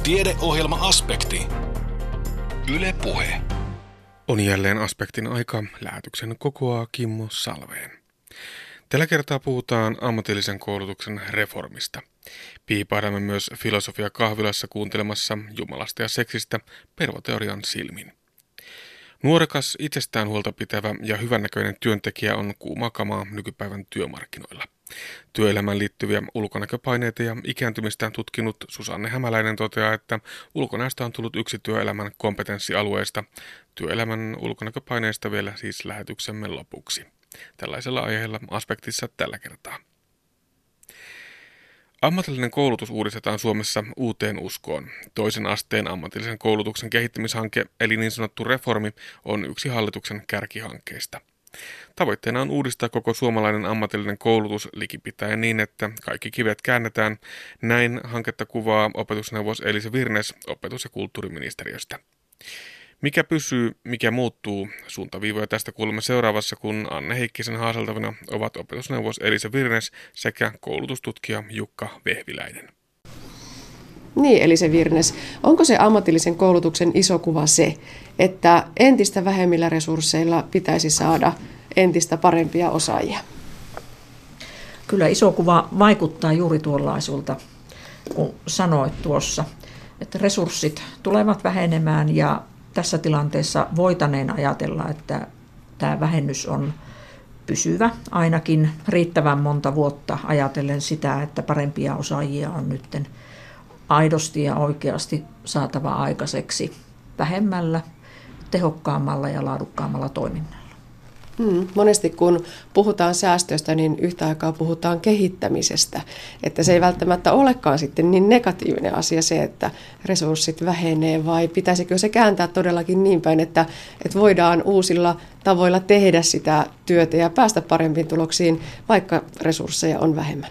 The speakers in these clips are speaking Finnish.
Tiedeohjelma-aspekti. Yle Puhe. On jälleen aspektin aika. Lähetyksen kokoaa Kimmo Salveen. Tällä kertaa puhutaan ammatillisen koulutuksen reformista. Piipaahdamme myös filosofia kahvilassa kuuntelemassa Jumalasta ja seksistä pervoteorian silmin. Nuorekas, itsestään huolta pitävä ja hyvännäköinen työntekijä on kuumaa kamaa nykypäivän työmarkkinoilla. Työelämään liittyviä ulkonäköpaineita ja ikääntymistä tutkinut Susanne Hämäläinen toteaa, että ulkonäöstä on tullut yksi työelämän kompetenssialueesta. Työelämän ulkonäköpaineista vielä siis lähetyksemme lopuksi. Tällaisella aiheella aspektissa tällä kertaa. Ammatillinen koulutus uudistetaan Suomessa uuteen uskoon. Toisen asteen ammatillisen koulutuksen kehittämishanke, eli niin sanottu reformi, on yksi hallituksen kärkihankkeista. Tavoitteena on uudistaa koko suomalainen ammatillinen koulutus likipitäen niin, että kaikki kivet käännetään. Näin hanketta kuvaa opetusneuvos Elisa Virnes opetus- ja kulttuuriministeriöstä. Mikä pysyy, mikä muuttuu? Suuntaviivoja tästä kuulemme seuraavassa, kun Anne Heikkisen haaseltavina ovat opetusneuvos Elisa Virnes sekä koulutustutkija Jukka Vehviläinen. Niin, Elisa Virnes, onko se ammatillisen koulutuksen iso kuva se, että entistä vähemmillä resursseilla pitäisi saada entistä parempia osaajia? Kyllä iso kuva vaikuttaa juuri tuollaisulta, kun sanoit tuossa, että resurssit tulevat vähenemään ja tässä tilanteessa voitaneen ajatella, että tämä vähennys on pysyvä, ainakin riittävän monta vuotta ajatellen sitä, että parempia osaajia on nyt aidosti ja oikeasti saatava aikaiseksi vähemmällä, tehokkaammalla ja laadukkaammalla toiminnalla. Monesti kun puhutaan säästöistä, niin yhtä aikaa puhutaan kehittämisestä. Että se ei välttämättä olekaan sitten niin negatiivinen asia se, että resurssit vähenee, vai pitäisikö se kääntää todellakin niin päin, että voidaan uusilla tavoilla tehdä sitä työtä ja päästä parempiin tuloksiin, vaikka resursseja on vähemmän?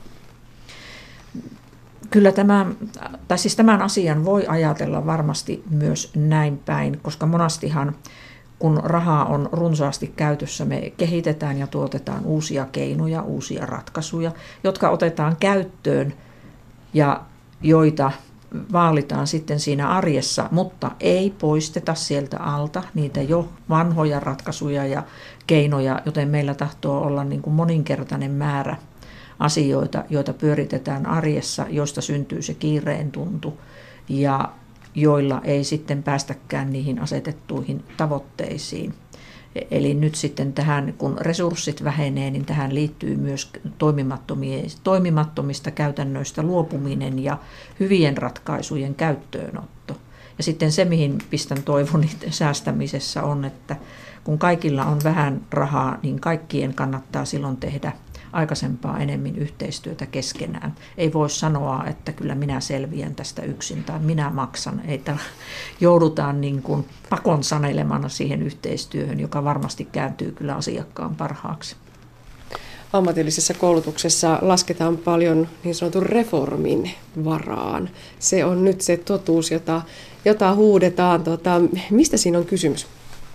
Kyllä tämän asian voi ajatella varmasti myös näin päin, koska monastihan kun rahaa on runsaasti käytössä, me kehitetään ja tuotetaan uusia keinoja, uusia ratkaisuja, jotka otetaan käyttöön ja joita vaalitaan sitten siinä arjessa, mutta ei poisteta sieltä alta niitä jo vanhoja ratkaisuja ja keinoja, joten meillä tahtoo olla niin kuin moninkertainen määrä asioita, joita pyöritetään arjessa, joista syntyy se kiireen tuntu ja joilla ei sitten päästäkään niihin asetettuihin tavoitteisiin. Eli nyt sitten tähän, kun resurssit vähenee, niin tähän liittyy myös toimimattomista käytännöistä luopuminen ja hyvien ratkaisujen käyttöönotto. Ja sitten se, mihin pistän toivoni säästämisessä on, että kun kaikilla on vähän rahaa, niin kaikkien kannattaa silloin tehdä aikaisempaa enemmän yhteistyötä keskenään. Ei voi sanoa, että kyllä minä selviän tästä yksin tai minä maksan. Joudutaan niin kuin pakon sanelemana siihen yhteistyöhön, joka varmasti kääntyy kyllä asiakkaan parhaaksi. Ammatillisessa koulutuksessa lasketaan paljon niin sanotun reformin varaan. Se on nyt se totuus, jota huudetaan. Mistä siinä on kysymys?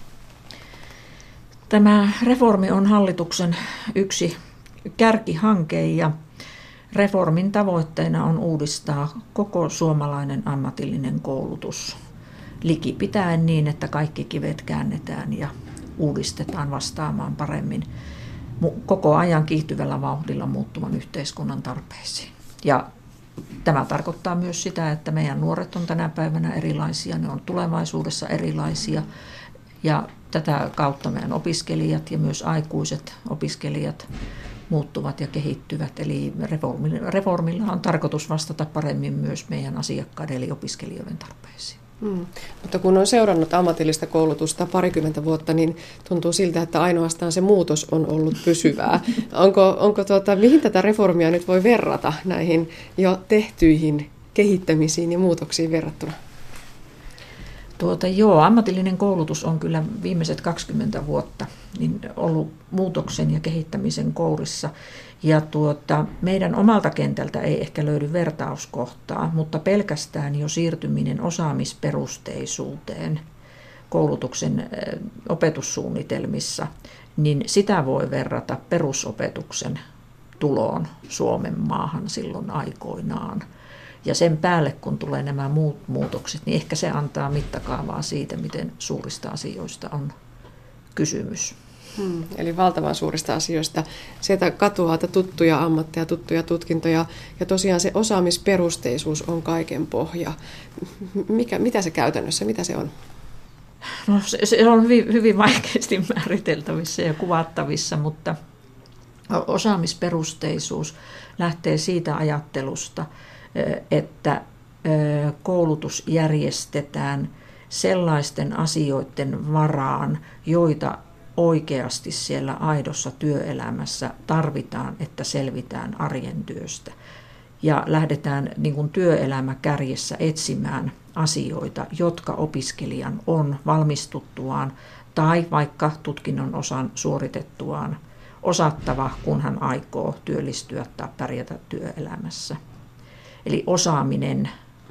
Tämä reformi on hallituksen yksi kärkihanke ja reformin tavoitteena on uudistaa koko suomalainen ammatillinen koulutus likipitäen niin, että kaikki kivet käännetään ja uudistetaan vastaamaan paremmin koko ajan kiihtyvällä vauhdilla muuttuvan yhteiskunnan tarpeisiin. Ja tämä tarkoittaa myös sitä, että meidän nuoret on tänä päivänä erilaisia, ne on tulevaisuudessa erilaisia ja tätä kautta meidän opiskelijat ja myös aikuiset opiskelijat muuttuvat ja kehittyvät. Eli reformilla on tarkoitus vastata paremmin myös meidän asiakkaiden eli opiskelijoiden tarpeisiin. Mutta kun on seurannut ammatillista koulutusta parikymmentä vuotta, niin tuntuu siltä, että ainoastaan se muutos on ollut pysyvää. Mihin tätä reformia nyt voi verrata näihin jo tehtyihin kehittämisiin ja muutoksiin verrattuna? Ammatillinen koulutus on kyllä viimeiset 20 vuotta niin ollut muutoksen ja kehittämisen kourissa. Ja meidän omalta kentältä ei ehkä löydy vertauskohtaa, mutta pelkästään jo siirtyminen osaamisperusteisuuteen koulutuksen opetussuunnitelmissa, niin sitä voi verrata perusopetuksen tuloon Suomen maahan silloin aikoinaan. Ja sen päälle, kun tulee nämä muut muutokset, niin ehkä se antaa mittakaavaa siitä, miten suurista asioista on kysymys. Eli valtavan suurista asioista. Sieltä katoaa tuttuja ammatteja, tuttuja tutkintoja ja tosiaan se osaamisperusteisuus on kaiken pohja. Mitä se käytännössä, mitä se on? No, se on hyvin vaikeasti määriteltävissä ja kuvattavissa, mutta osaamisperusteisuus lähtee siitä ajattelusta, että koulutus järjestetään sellaisten asioiden varaan, joita oikeasti siellä aidossa työelämässä tarvitaan, että selvitään arjen työstä. Ja lähdetään niin kuin työelämäkärjessä etsimään asioita, jotka opiskelijan on valmistuttuaan tai vaikka tutkinnon osan suoritettuaan osattava, kun hän aikoo työllistyä tai pärjätä työelämässä. Eli osaaminen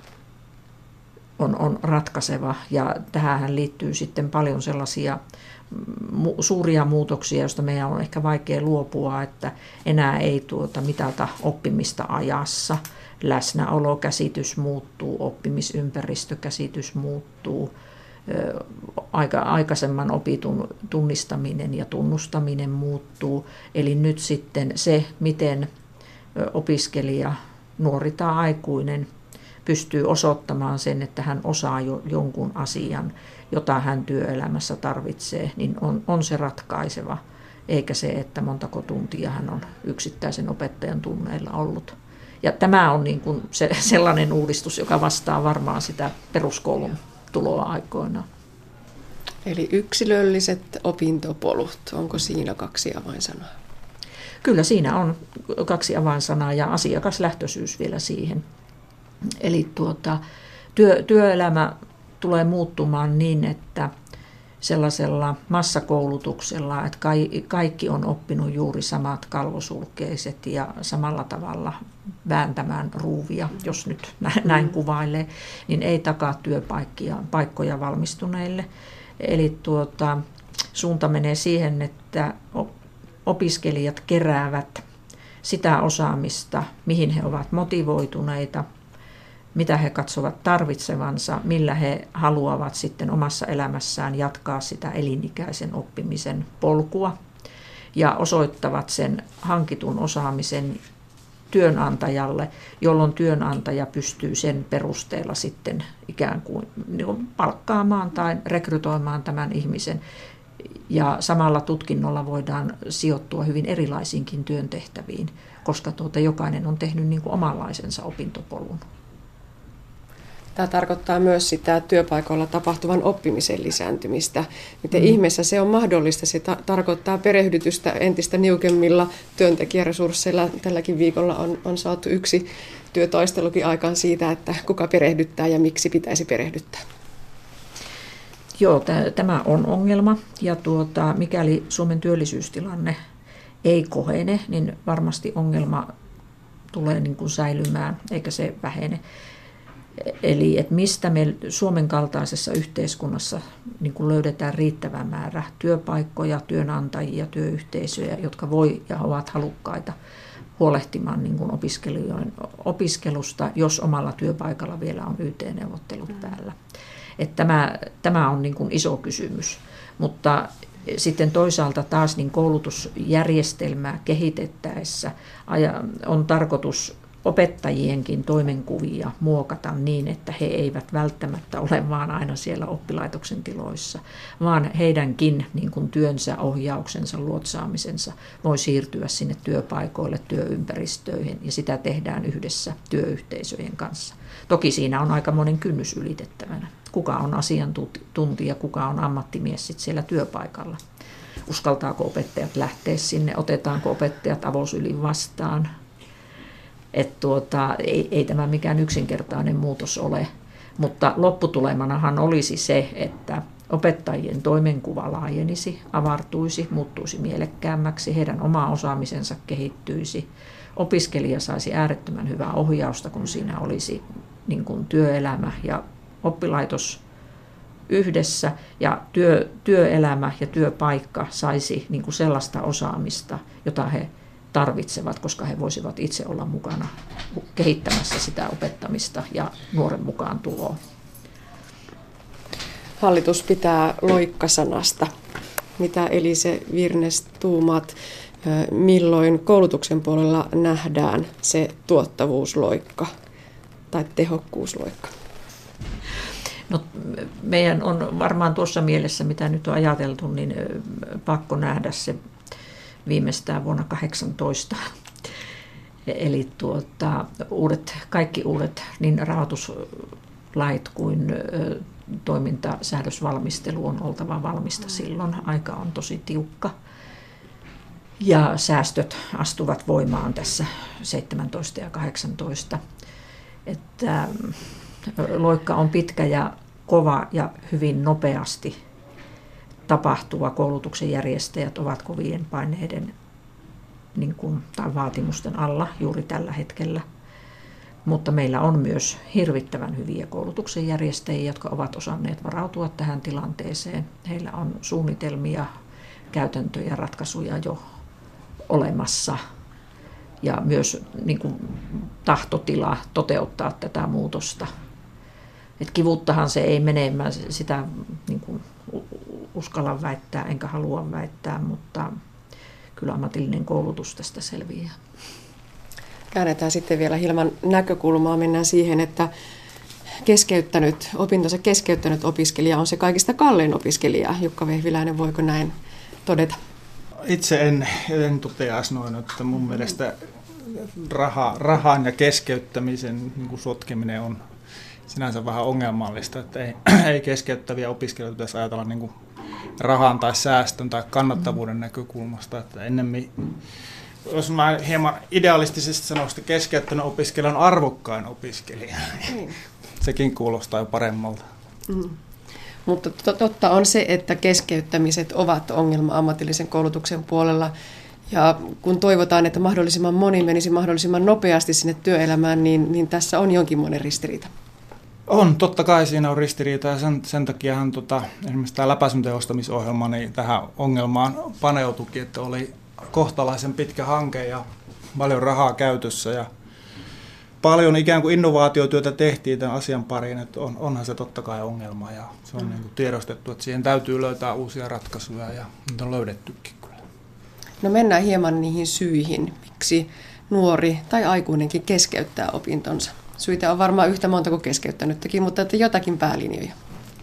on ratkaiseva ja tähän liittyy sitten paljon sellaisia suuria muutoksia, joista meidän on ehkä vaikea luopua, että enää ei mitata oppimista ajassa. Läsnäolokäsitys muuttuu, oppimisympäristökäsitys muuttuu, aikaisemman opitun tunnistaminen ja tunnustaminen muuttuu. Eli nyt sitten se, miten opiskelija, nuori tai aikuinen, pystyy osoittamaan sen, että hän osaa jo jonkun asian, jota hän työelämässä tarvitsee, niin on se ratkaiseva, eikä se, että montako tuntia hän on yksittäisen opettajan tunneilla ollut. Ja tämä on niin kuin sellainen uudistus, joka vastaa varmaan sitä peruskoulun tuloa aikoinaan. Eli yksilölliset opintopolut, onko siinä 2 avainsanaa? Kyllä siinä on 2 avainsanaa ja asiakaslähtöisyys vielä siihen. Eli työelämä tulee muuttumaan niin, että sellaisella massakoulutuksella, että kaikki on oppinut juuri samat kalvosulkeiset ja samalla tavalla vääntämään ruuvia, jos nyt näin kuvailee, niin ei takaa työpaikkoja valmistuneille. Eli suunta menee siihen, että opiskelijat keräävät sitä osaamista, mihin he ovat motivoituneita, mitä he katsovat tarvitsevansa, millä he haluavat sitten omassa elämässään jatkaa sitä elinikäisen oppimisen polkua ja osoittavat sen hankitun osaamisen työnantajalle, jolloin työnantaja pystyy sen perusteella sitten ikään kuin palkkaamaan tai rekrytoimaan tämän ihmisen. Ja samalla tutkinnolla voidaan sijoittua hyvin erilaisiinkin työntehtäviin, koska jokainen on tehnyt niin kuin omanlaisensa opintopolun. Tämä tarkoittaa myös sitä työpaikoilla tapahtuvan oppimisen lisääntymistä. Miten ihmeessä se on mahdollista? Se tarkoittaa perehdytystä entistä niukemmilla työntekijäresursseilla. Tälläkin viikolla on saatu yksi työtaistelukin aikaan siitä, että kuka perehdyttää ja miksi pitäisi perehdyttää. Joo, tämä on ongelma ja mikäli Suomen työllisyystilanne ei kohene, niin varmasti ongelma tulee niin kuin säilymään eikä se vähene. Eli että mistä me Suomen kaltaisessa yhteiskunnassa niin kuin löydetään riittävä määrä työpaikkoja, työnantajia, työyhteisöjä, jotka voi ja ovat halukkaita huolehtimaan niin kuin opiskelusta, jos omalla työpaikalla vielä on YT-neuvottelut päällä. Että tämä on niin kuin iso kysymys, mutta sitten toisaalta taas niin koulutusjärjestelmää kehitettäessä on tarkoitus opettajienkin toimenkuvia muokata niin, että he eivät välttämättä ole vaan aina siellä oppilaitoksen tiloissa, vaan heidänkin niin kuin työnsä, ohjauksensa, luotsaamisensa voi siirtyä sinne työpaikoille, työympäristöihin ja sitä tehdään yhdessä työyhteisöjen kanssa. Toki siinä on aika monen kynnys ylitettävänä. Kuka on asiantuntija, kuka on ammattimies sit siellä työpaikalla. Uskaltaako opettajat lähteä sinne, otetaanko opettajat avosylin vastaan. Ei tämä mikään yksinkertainen muutos ole, mutta lopputulemanahan olisi se, että opettajien toimenkuva laajenisi, avartuisi, muuttuisi mielekkäämmäksi, heidän oma osaamisensa kehittyisi. Opiskelija saisi äärettömän hyvää ohjausta, kun siinä olisi niin kuin työelämä ja oppilaitos yhdessä ja työelämä ja työpaikka saisi niin kuin sellaista osaamista, jota he tarvitsevat, koska he voisivat itse olla mukana kehittämässä sitä opettamista ja nuoren mukaan tuloa. Hallitus pitää loikkasanasta. Mitä Elise Virnes tuumaat, milloin koulutuksen puolella nähdään se tuottavuusloikka tai tehokkuusloikka? No, meidän on varmaan tuossa mielessä, mitä nyt on ajateltu, niin pakko nähdä se viimeistään vuonna 2018. Eli kaikki uudet niin rahoituslait kuin toimintasäädösvalmistelu on oltava valmista silloin. Aika on tosi tiukka. Ja säästöt astuvat voimaan tässä 17 ja 18. Että loikka on pitkä ja kova ja hyvin nopeasti tapahtuva. Koulutuksen järjestäjät ovat kovien paineiden tai vaatimusten alla juuri tällä hetkellä. Mutta meillä on myös hirvittävän hyviä koulutuksen järjestäjiä, jotka ovat osanneet varautua tähän tilanteeseen. Heillä on suunnitelmia, käytäntöjä, ratkaisuja jo olemassa ja myös tahtotila toteuttaa tätä muutosta. Et kivuttahan se ei mene, mä sitä uskallan väittää enkä halua väittää, mutta kyllä ammatillinen koulutus tästä selviää. Käännetään sitten vielä hieman näkökulmaa, mennään siihen, että opintonsa keskeyttänyt opiskelija on se kaikista kallein opiskelija. Jukka Vehviläinen, voiko näin todeta? Itse en toteaisi noin, että mun mielestä rahan ja keskeyttämisen sotkeminen on sinänsä vähän ongelmallista, että ei keskeyttäviä opiskelijoita pitäisi ajatella rahan tai säästön tai kannattavuuden näkökulmasta, että ennemmin, jos mä hieman idealistisesti sanoisin, että keskeyttänyt opiskelija on arvokkain opiskelija, sekin kuulostaa jo paremmalta. Mutta totta on se, että keskeyttämiset ovat ongelma ammatillisen koulutuksen puolella. Ja kun toivotaan, että mahdollisimman moni menisi mahdollisimman nopeasti sinne työelämään, niin tässä on jonkinmoinen ristiriita. On, totta kai siinä on ristiriita ja sen takiahan esimerkiksi tämä läpäisyn tehostamisohjelma niin tähän ongelmaan paneutuikin, että oli kohtalaisen pitkä hanke ja paljon rahaa käytössä ja paljon ikään kuin innovaatiotyötä tehtiin tämän asian pariin, että onhan se totta kai ongelma ja se on tiedostettu, että siihen täytyy löytää uusia ratkaisuja ja niitä on löydettykin kyllä. No mennään hieman niihin syihin, miksi nuori tai aikuinenkin keskeyttää opintonsa. Syitä on varmaan yhtä monta kuin keskeyttänyttäkin, mutta että jotakin päälinjoja.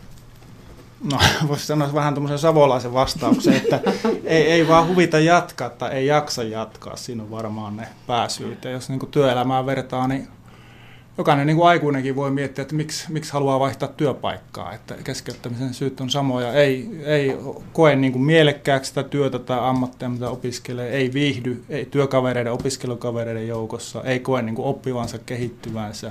No, voisi sanoa vähän tämmöisen savolaisen vastauksen, että ei vaan huvita jatkaa tai ei jaksa jatkaa. Siinä on varmaan ne pääsyyt. Ja jos työelämää vertaa, niin jokainen aikuinenkin voi miettiä, että miksi haluaa vaihtaa työpaikkaa. Että keskeyttämisen syyt on samoja. Ei koe mielekkääksi sitä työtä tai ammattia, mitä opiskelee. Ei viihdy, ei työkavereiden, opiskelukavereiden joukossa. Ei koe oppivansa, kehittyvänsä.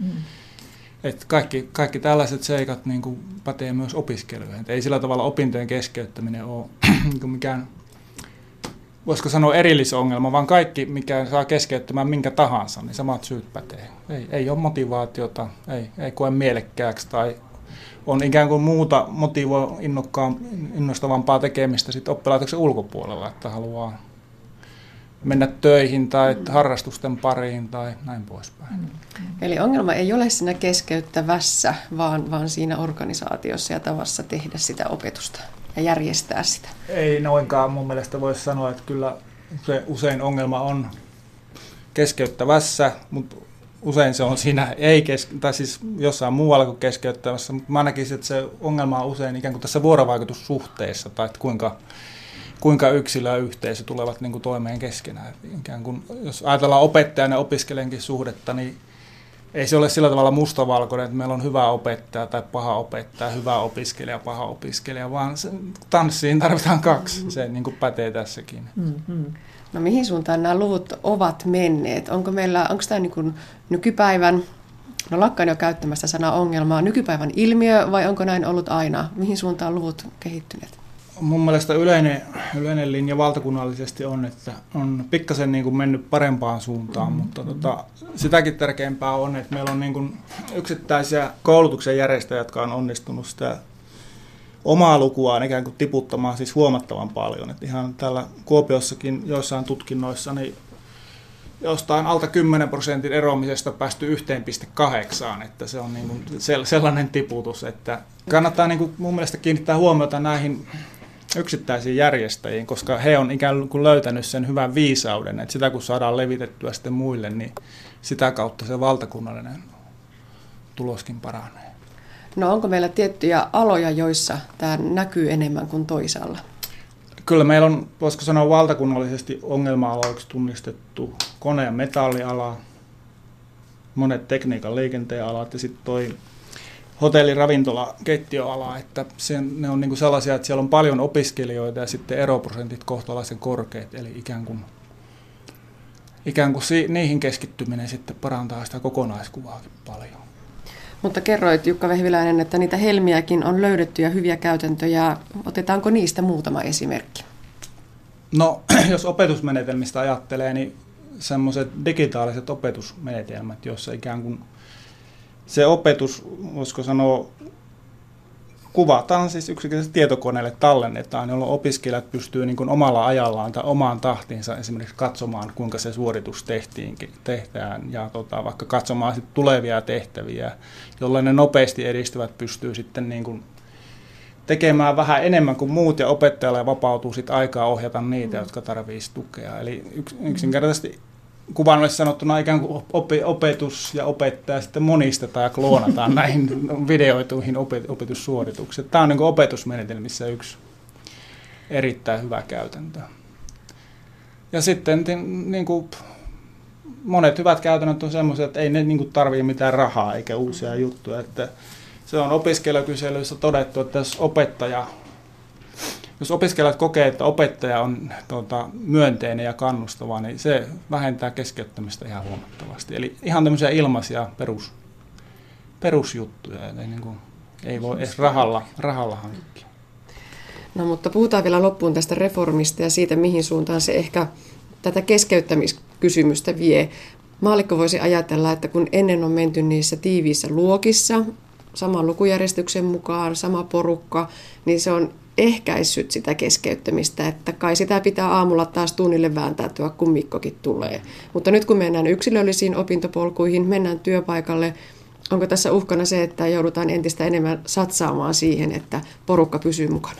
Että kaikki tällaiset seikat pätee myös opiskelijoihin. Et ei sillä tavalla opintojen keskeyttäminen ole mikään, voisiko sanoa erillisongelma, vaan kaikki, mikä saa keskeyttämään minkä tahansa, niin samat syyt pätee. Ei ole motivaatiota, ei koe mielekkääksi tai on ikään kuin muuta innostavampaa tekemistä sit oppilaitoksen ulkopuolella, että haluaa mennä töihin tai harrastusten pariin tai näin poispäin. Eli ongelma ei ole siinä keskeyttävässä, vaan siinä organisaatiossa ja tavassa tehdä sitä opetusta ja järjestää sitä. Ei noinkaan mun mielestä voisi sanoa, että kyllä se usein ongelma on keskeyttävässä, mutta usein se on siinä tai siis jossain muualla kuin keskeyttävässä, mutta mä näkisin, että se ongelma on usein ikään kuin tässä vuorovaikutussuhteessa tai että kuinka yksilö ja yhteisö tulevat toimeen keskenään. Ikään kuin, jos ajatellaan opettajan ja opiskelijankin suhdetta, niin ei se ole sillä tavalla mustavalkoinen, että meillä on hyvä opettaja tai paha opettaja, hyvä opiskelija, paha opiskelija, vaan tanssiin tarvitaan kaksi. Se pätee tässäkin. Mm-hmm. No mihin suuntaan nämä luvut ovat menneet? Onko tämä nykypäivän, lakkaan jo käyttämästä sanaa ongelmaa, nykypäivän ilmiö vai onko näin ollut aina? Mihin suuntaan luvut kehittyneet? Mun mielestä yleinen linja valtakunnallisesti on, että on pikkasen mennyt parempaan suuntaan, mutta sitäkin tärkeämpää on, että meillä on yksittäisiä koulutuksen järjestäjiä, jotka on onnistunut sitä omaa lukuaan ikään kuin tiputtamaan siis huomattavan paljon. Et ihan täällä Kuopiossakin joissain tutkinnoissa niin jostain alta 10% eroamisesta päästy 1,8, että se on niin kuin sellainen tiputus, että kannattaa niin kuin mun mielestä kiinnittää huomiota näihin yksittäisiin järjestäjiin, koska he on ikään kuin löytänyt sen hyvän viisauden, että sitä kun saadaan levitettyä sitten muille, niin sitä kautta se valtakunnallinen tuloskin paranee. No onko meillä tiettyjä aloja, joissa tämä näkyy enemmän kuin toisaalla? Kyllä meillä on, voisiko sanoa valtakunnallisesti ongelma-aloiksi tunnistettu kone- ja metalliala, monet tekniikan liikenteen alat ja sitten toi hotelli, ravintola, keittiöala, että ne on niinku sellaisia, että siellä on paljon opiskelijoita ja sitten eroprosentit kohtalaisen korkeat, eli ikään kuin niihin keskittyminen sitten parantaa sitä kokonaiskuvaakin paljon. Mutta kerroit, Jukka Vehviläinen, että niitä helmiäkin on löydetty ja hyviä käytäntöjä. Otetaanko niistä muutama esimerkki? No, jos opetusmenetelmistä ajattelee, niin semmoiset digitaaliset opetusmenetelmät, joissa ikään kuin se opetus, voisiko sanoa, kuvataan siis yksinkertaisesti tietokoneelle tallennetaan, jolloin opiskelijat pystyy niin kuin omalla ajallaan tai omaan tahtiinsa esimerkiksi katsomaan, kuinka se suoritus tehdään ja vaikka katsomaan sitten tulevia tehtäviä, jolloin ne nopeasti edistyvät pystyy sitten niin kuin tekemään vähän enemmän kuin muut ja opettajalle vapautuu sitten aikaa ohjata niitä, jotka tarvitsisi tukea. Eli yksinkertaisesti kuvaannollisesti sanottuna ikään kuin opetus ja opettaja sitten monistetaan ja kloonataan näihin videoituihin opetussuorituksiin. Tämä on niin kuin opetusmenetelmissä yksi erittäin hyvä käytäntö. Ja sitten niin kuin monet hyvät käytännöt on semmoisia, että ei ne niin kuin tarvitse mitään rahaa eikä uusia juttuja. Että se on opiskelijakyselyissä todettu, että jos opiskelijat kokee, että opettaja on myönteinen ja kannustava, niin se vähentää keskeyttämistä ihan huomattavasti. Eli ihan tämmöisiä ilmaisia perusjuttuja, ei voi edes rahalla hankkia. No mutta puhutaan vielä loppuun tästä reformista ja siitä, mihin suuntaan se ehkä tätä keskeyttämiskysymystä vie. Maallikko voisi ajatella, että kun ennen on menty niissä tiiviissä luokissa, saman lukujärjestyksen mukaan, sama porukka, niin se on ehkäissyt sitä keskeyttämistä, että kai sitä pitää aamulla taas tunnille vääntäytyä, kun Mikkokin tulee. Mutta nyt kun mennään yksilöllisiin opintopolkuihin, mennään työpaikalle, onko tässä uhkana se, että joudutaan entistä enemmän satsaamaan siihen, että porukka pysyy mukana?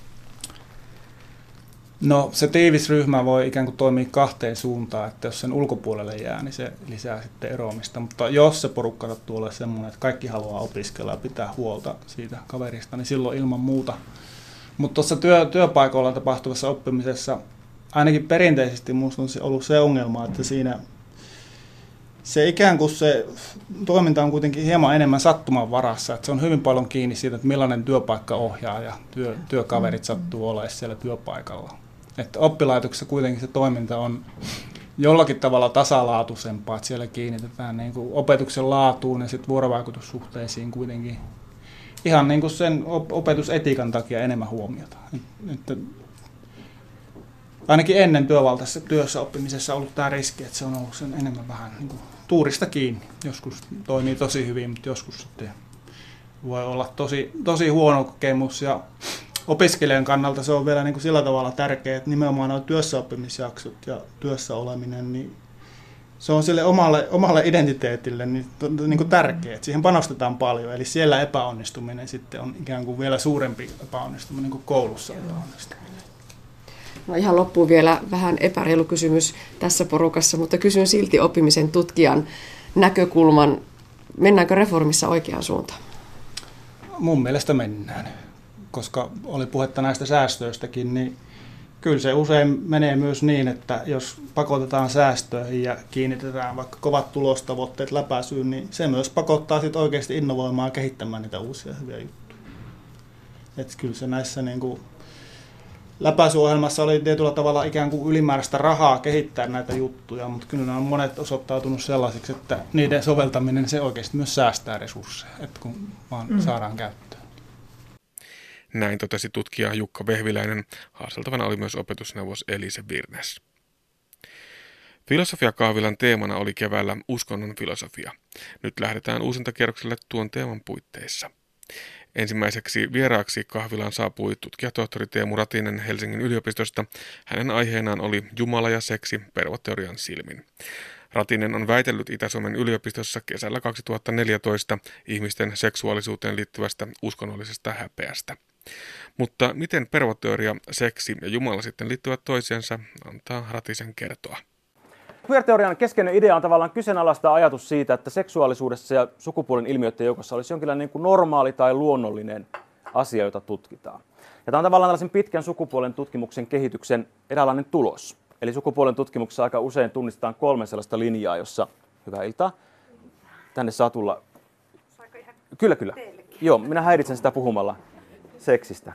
No se tiivis ryhmä voi ikään kuin toimia kahteen suuntaan, että jos sen ulkopuolelle jää, niin se lisää sitten eroamista. Mutta jos se porukka sattuu olemaan semmoinen, että kaikki haluaa opiskella ja pitää huolta siitä kaverista, niin silloin ilman muuta. Mutta tuossa työpaikoilla tapahtuvassa oppimisessa ainakin perinteisesti minusta on ollut se ongelma, että siinä se ikään kuin se toiminta on kuitenkin hieman enemmän sattuman varassa, että se on hyvin paljon kiinni siitä, että millainen työpaikka ohjaa ja työkaverit sattuu olemaan siellä työpaikalla. Että oppilaitoksessa kuitenkin se toiminta on jollakin tavalla tasalaatuisempaa, että siellä kiinnitetään niin kuin opetuksen laatuun ja sitten vuorovaikutussuhteisiin kuitenkin ihan niin kuin sen opetusetiikan takia enemmän huomiota. Että ainakin ennen työvaltaisessa työssä oppimisessa on ollut tämä riski, että se on ollut sen enemmän vähän niin kuin tuurista kiinni. Joskus toimii tosi hyvin, mutta joskus sitten voi olla tosi huono kokemus. Ja opiskelijan kannalta se on vielä niin kuin sillä tavalla tärkeää, että nimenomaan nuo työssäoppimisjaksot ja työssä oleminen, niin se on sille omalle identiteetille niin kuin tärkeää. Siihen panostetaan paljon, eli siellä epäonnistuminen sitten on ikään kuin vielä suurempi epäonnistuminen kuin koulussa epäonnistuminen. No ihan loppuun vielä vähän epäreilu kysymys tässä porukassa, mutta kysyn silti oppimisen tutkijan näkökulman. Mennäänkö reformissa oikeaan suuntaan? Mun mielestä mennään, koska oli puhetta näistä säästöistäkin, niin kyllä se usein menee myös niin, että jos pakotetaan säästöihin ja kiinnitetään vaikka kovat tulostavoitteet läpäisyyn, niin se myös pakottaa sit oikeasti innovoimaan ja kehittämään niitä uusia hyviä juttuja. Et kyllä se näissä niin kuin läpäisyohjelmassa oli tietyllä tavalla ikään kuin ylimääräistä rahaa kehittää näitä juttuja, mutta kyllä nämä on monet osoittautunut sellaisiksi, että niiden soveltaminen se oikeasti myös säästää resursseja, että kun vaan saadaan käyttöön. Näin totesi tutkija Jukka Vehviläinen. Haaseltavana oli myös opetusneuvos Elise Virnes. Filosofiakahvilan teemana oli keväällä uskonnon filosofia. Nyt lähdetään uusintakierrokselle tuon teeman puitteissa. Ensimmäiseksi vieraaksi kahvilaan saapui tutkijatohtori Teemu Ratinen Helsingin yliopistosta. Hänen aiheenaan oli Jumala ja seksi pervoteorian silmin. Ratinen on väitellyt Itä-Suomen yliopistossa kesällä 2014 ihmisten seksuaalisuuteen liittyvästä uskonnollisesta häpeästä. Mutta miten pervoteoria, seksi ja Jumala sitten liittyvät toisiinsa, antaa Ratisen kertoa. Queer-teorian keskeinen idea on tavallaan kyseenalaistaa ajatus siitä, että seksuaalisuudessa ja sukupuolen ilmiöiden joukossa olisi jonkinlainen niin kuin normaali tai luonnollinen asia, jota tutkitaan. Ja tämä on tavallaan tällaisen pitkän sukupuolen tutkimuksen kehityksen eräänlainen tulos. Eli sukupuolen tutkimuksessa aika usein tunnistetaan 3 sellaista linjaa, jossa, hyvää iltaa, tänne saa tulla. Kyllä. Joo, minä häiritsen sitä puhumalla seksistä.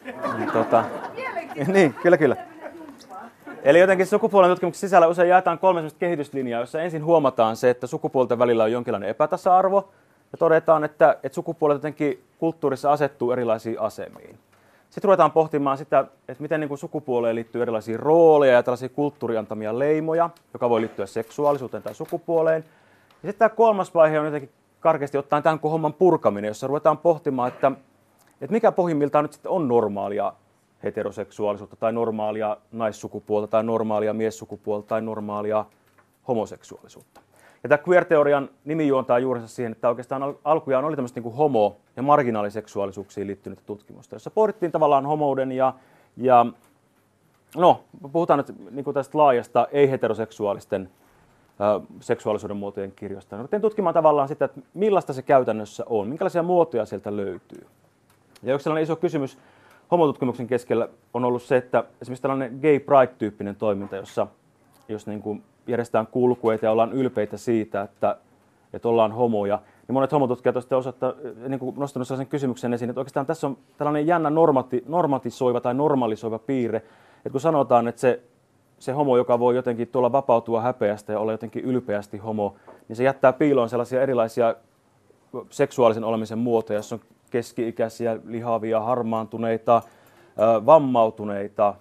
Niin, kyllä. Eli jotenkin sukupuolen tutkimuksen sisällä usein jaetaan 3 sellaista kehityslinjaa, jossa ensin huomataan se, että sukupuolten välillä on jonkinlainen epätasa-arvo, ja todetaan, että sukupuolet jotenkin kulttuurissa asettuu erilaisiin asemiin. Sitten ruvetaan pohtimaan sitä, että miten niin kuin sukupuoleen liittyy erilaisia rooleja ja tällaisia kulttuuriantamia leimoja, joka voi liittyä seksuaalisuuteen tai sukupuoleen. Ja sitten tämä 3. vaihe on jotenkin karkeasti ottaen tämän homman purkaminen, jossa ruvetaan pohtimaan, että mikä pohjimmiltaan nyt sitten on normaalia heteroseksuaalisuutta tai normaalia naissukupuolta tai normaalia miessukupuolta tai normaalia homoseksuaalisuutta. Ja tämä queer-teorian nimi juontaa juurensa siihen, että oikeastaan alkujaan oli tämmöistä niin kuin homo- ja marginaaliseksuaalisuuksiin liittynyttä tutkimusta, jossa pohdittiin tavallaan homouden ja puhutaan nyt niin kuin tästä laajasta ei-heteroseksuaalisten seksuaalisuuden muotojen kirjosta. Ruvettiin tutkimaan tavallaan sitä, että millaista se käytännössä on, minkälaisia muotoja sieltä löytyy. Ja yksi sellainen iso kysymys homotutkimuksen keskellä on ollut se, että esimerkiksi tällainen gay pride-tyyppinen toiminta, jos niin kuin järjestetään kulkueita ja ollaan ylpeitä siitä, että ollaan homoja, niin monet homotutkijat ovat niin nostanut sellaisen kysymyksen esiin, että oikeastaan tässä on tällainen jännä normatisoiva tai normalisoiva piirre, että kun sanotaan, että se homo, joka voi jotenkin tuolla vapautua häpeästä ja olla jotenkin ylpeästi homo, niin se jättää piiloon sellaisia erilaisia seksuaalisen olemisen muotoja, jossa on keski-ikäisiä, lihavia, harmaantuneita, vammautuneita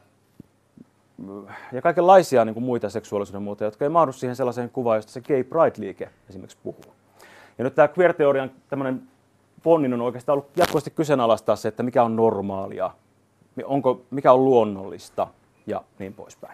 ja kaikenlaisia niin kuin muita seksuaalisuuden muotoja, jotka ei mahdu siihen sellaiseen kuvaan, josta se gay pride-liike esimerkiksi puhuu. Ja nyt tämä queer-teorian tämmöinen ponnin on oikeastaan ollut jatkuvasti kyseenalaistaa se, että mikä on normaalia, mikä on luonnollista ja niin poispäin.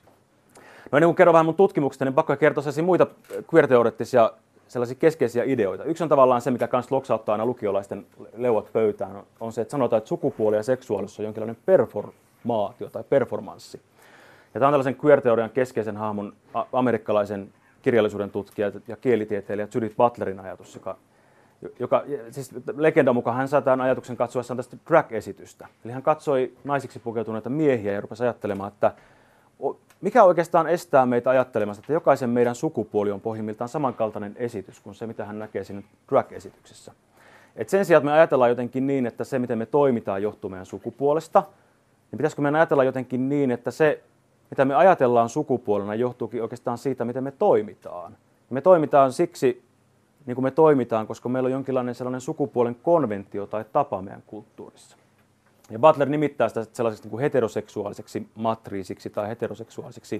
No ennen kuin kerron vähän mun tutkimuksesta, niin pakko kertoa sellaisia muita queer-teoreettisia sellaisia keskeisiä ideoita. Yksi on tavallaan se, mikä kans loksauttaa aina lukiolaisten leuat pöytään, on se, että sanotaan, että sukupuoli ja seksuaalisuus on jonkinlainen performaatio tai performanssi. Ja tämä on tällaisen queer-teorian keskeisen hahmon amerikkalaisen kirjallisuuden tutkija ja kielitieteilijä Judith Butlerin ajatus, joka siis legendan mukaan hän sai tämän ajatuksen katsoessaan tästä drag-esitystä. Eli hän katsoi naisiksi pukeutuneita miehiä ja rupesi ajattelemaan, että mikä oikeastaan estää meitä ajattelemasta, että jokaisen meidän sukupuoli on pohjimmiltaan samankaltainen esitys kuin se, mitä hän näkee siinä drag-esityksessä. Et sen sijaan, että me ajatellaan jotenkin niin, että se, miten me toimitaan, johtuu meidän sukupuolesta, niin pitäisikö meidän ajatella jotenkin niin, että se, mitä me ajatellaan sukupuolena, johtuukin oikeastaan siitä, miten me toimitaan. Ja me toimitaan siksi, niin kuin me toimitaan, koska meillä on jonkinlainen sellainen sukupuolen konventio tai tapa meidän kulttuurissa. Ja Butler nimittää sitä sellaiseksi niin kuin heteroseksuaaliseksi matriisiksi tai heteroseksuaaliseksi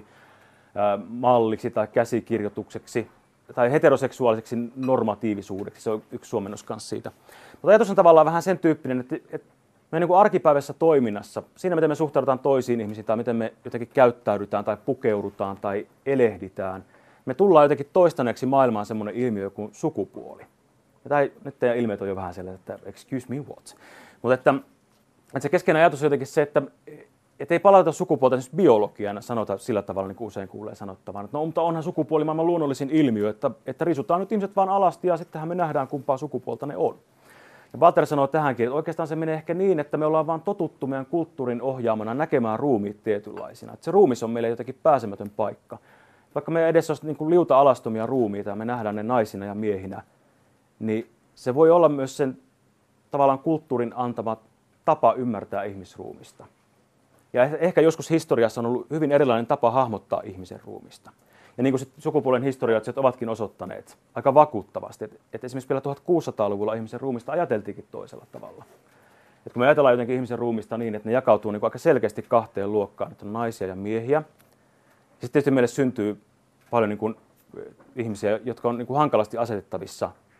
malliksi tai käsikirjoitukseksi tai heteroseksuaaliseksi normatiivisuudeksi. Se on yksi suomennos kanssa siitä. Mutta ajatus on tavallaan vähän sen tyyppinen, että me niin kuin arkipäiväisessä toiminnassa, siinä miten me suhtaudutaan toisiin ihmisiin tai miten me jotenkin käyttäydytään tai pukeudutaan tai elehditään, me tullaan jotenkin toistaneeksi maailmaan semmoinen ilmiö kuin sukupuoli. Ja nyt teidän ilmeet on jo vähän sellainen, että excuse me what. Mutta että se keskeinen ajatus on jotenkin se, että ei palauta sukupuolta esimerkiksi biologiana sanota sillä tavalla, niin kuin usein kuulee sanottavan. Että no, mutta onhan sukupuoli maailman luonnollisin ilmiö, että risutaan nyt ihmiset vaan alasti ja sittenhän me nähdään, kumpaa sukupuolta ne on. Ja Butler sanoo tähänkin, että oikeastaan se menee ehkä niin, että me ollaan vaan totuttu meidän kulttuurin ohjaamana näkemään ruumiit tietynlaisina. Että se ruumis on meille jotenkin pääsemätön paikka. Vaikka meidän edessä olisi niin kuin liuta alastomia ruumiita ja me nähdään ne naisina ja miehinä, niin se voi olla myös sen tavallaan kulttuurin antama tapa ymmärtää ihmisruumista. Ja ehkä joskus historiassa on ollut hyvin erilainen tapa hahmottaa ihmisen ruumista. Ja niin kuin sukupuolen historioitsijat ovatkin osoittaneet aika vakuuttavasti, että esimerkiksi vielä 1600-luvulla ihmisen ruumista ajateltiinkin toisella tavalla. Että kun me ajatellaan jotenkin ihmisen ruumista niin, että ne jakautuu niin kuin aika selkeästi 2 luokkaan, että on naisia ja miehiä. Sitten tietysti meille syntyy paljon niin kuin ihmisiä, jotka on niin kuin hankalasti asetettavissa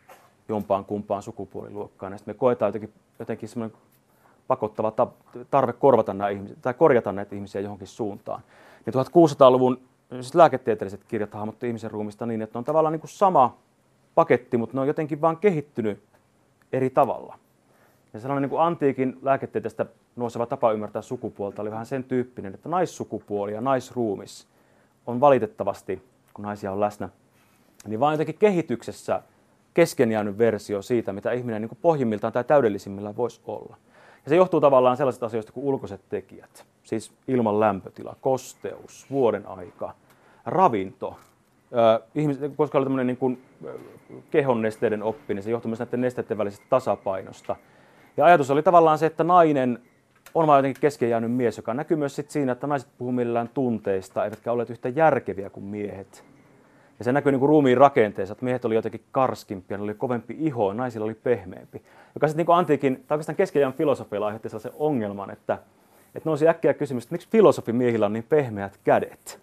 jompaan kumpaan sukupuoliluokkaan. Ja sitten me koetaan jotenkin semmoinen pakottava tarve korvata nämä ihmiset, tai korjata näitä ihmisiä johonkin suuntaan. Ja 1600-luvun siis lääketieteelliset kirjat hahmotti ihmisen ruumista niin, että ne on tavallaan niin kuin sama paketti, mutta ne on jotenkin vaan kehittynyt eri tavalla. Ja sellainen niin kuin antiikin lääketieteestä nouseva tapa ymmärtää sukupuolta oli vähän sen tyyppinen, että naissukupuoli ja naisruumis on valitettavasti, kun naisia on läsnä, niin vaan jotenkin kehityksessä kesken jäänyt versio siitä, mitä ihminen niin kuin pohjimmiltaan tai täydellisimmillään voisi olla. Ja se johtuu tavallaan sellaisista asioista kuin ulkoiset tekijät, siis ilman lämpötila, kosteus, vuoden aika, ravinto. Koska oli tämmöinen niin kuin kehon nesteiden oppinen, se johtuu myös näiden nesteiden välisestä tasapainosta. Ja ajatus oli tavallaan se, että nainen on vaan jotenkin kesken jäänyt mies, joka näkyy myös sit siinä, että naiset puhuu millään tunteista, eivätkä olleet yhtä järkeviä kuin miehet. Ja se näkyy niin kuin ruumiin rakenteessa, että miehet oli jotenkin karskimpia, ne oli kovempi iho, naisilla oli pehmeämpi. Joka sitten niin antiikin, tai oikeastaan keskeijän filosofilla aiheutti sellaisen ongelman, että nousi äkkiä kysymys, että miksi filosofimiehillä on niin pehmeät kädet?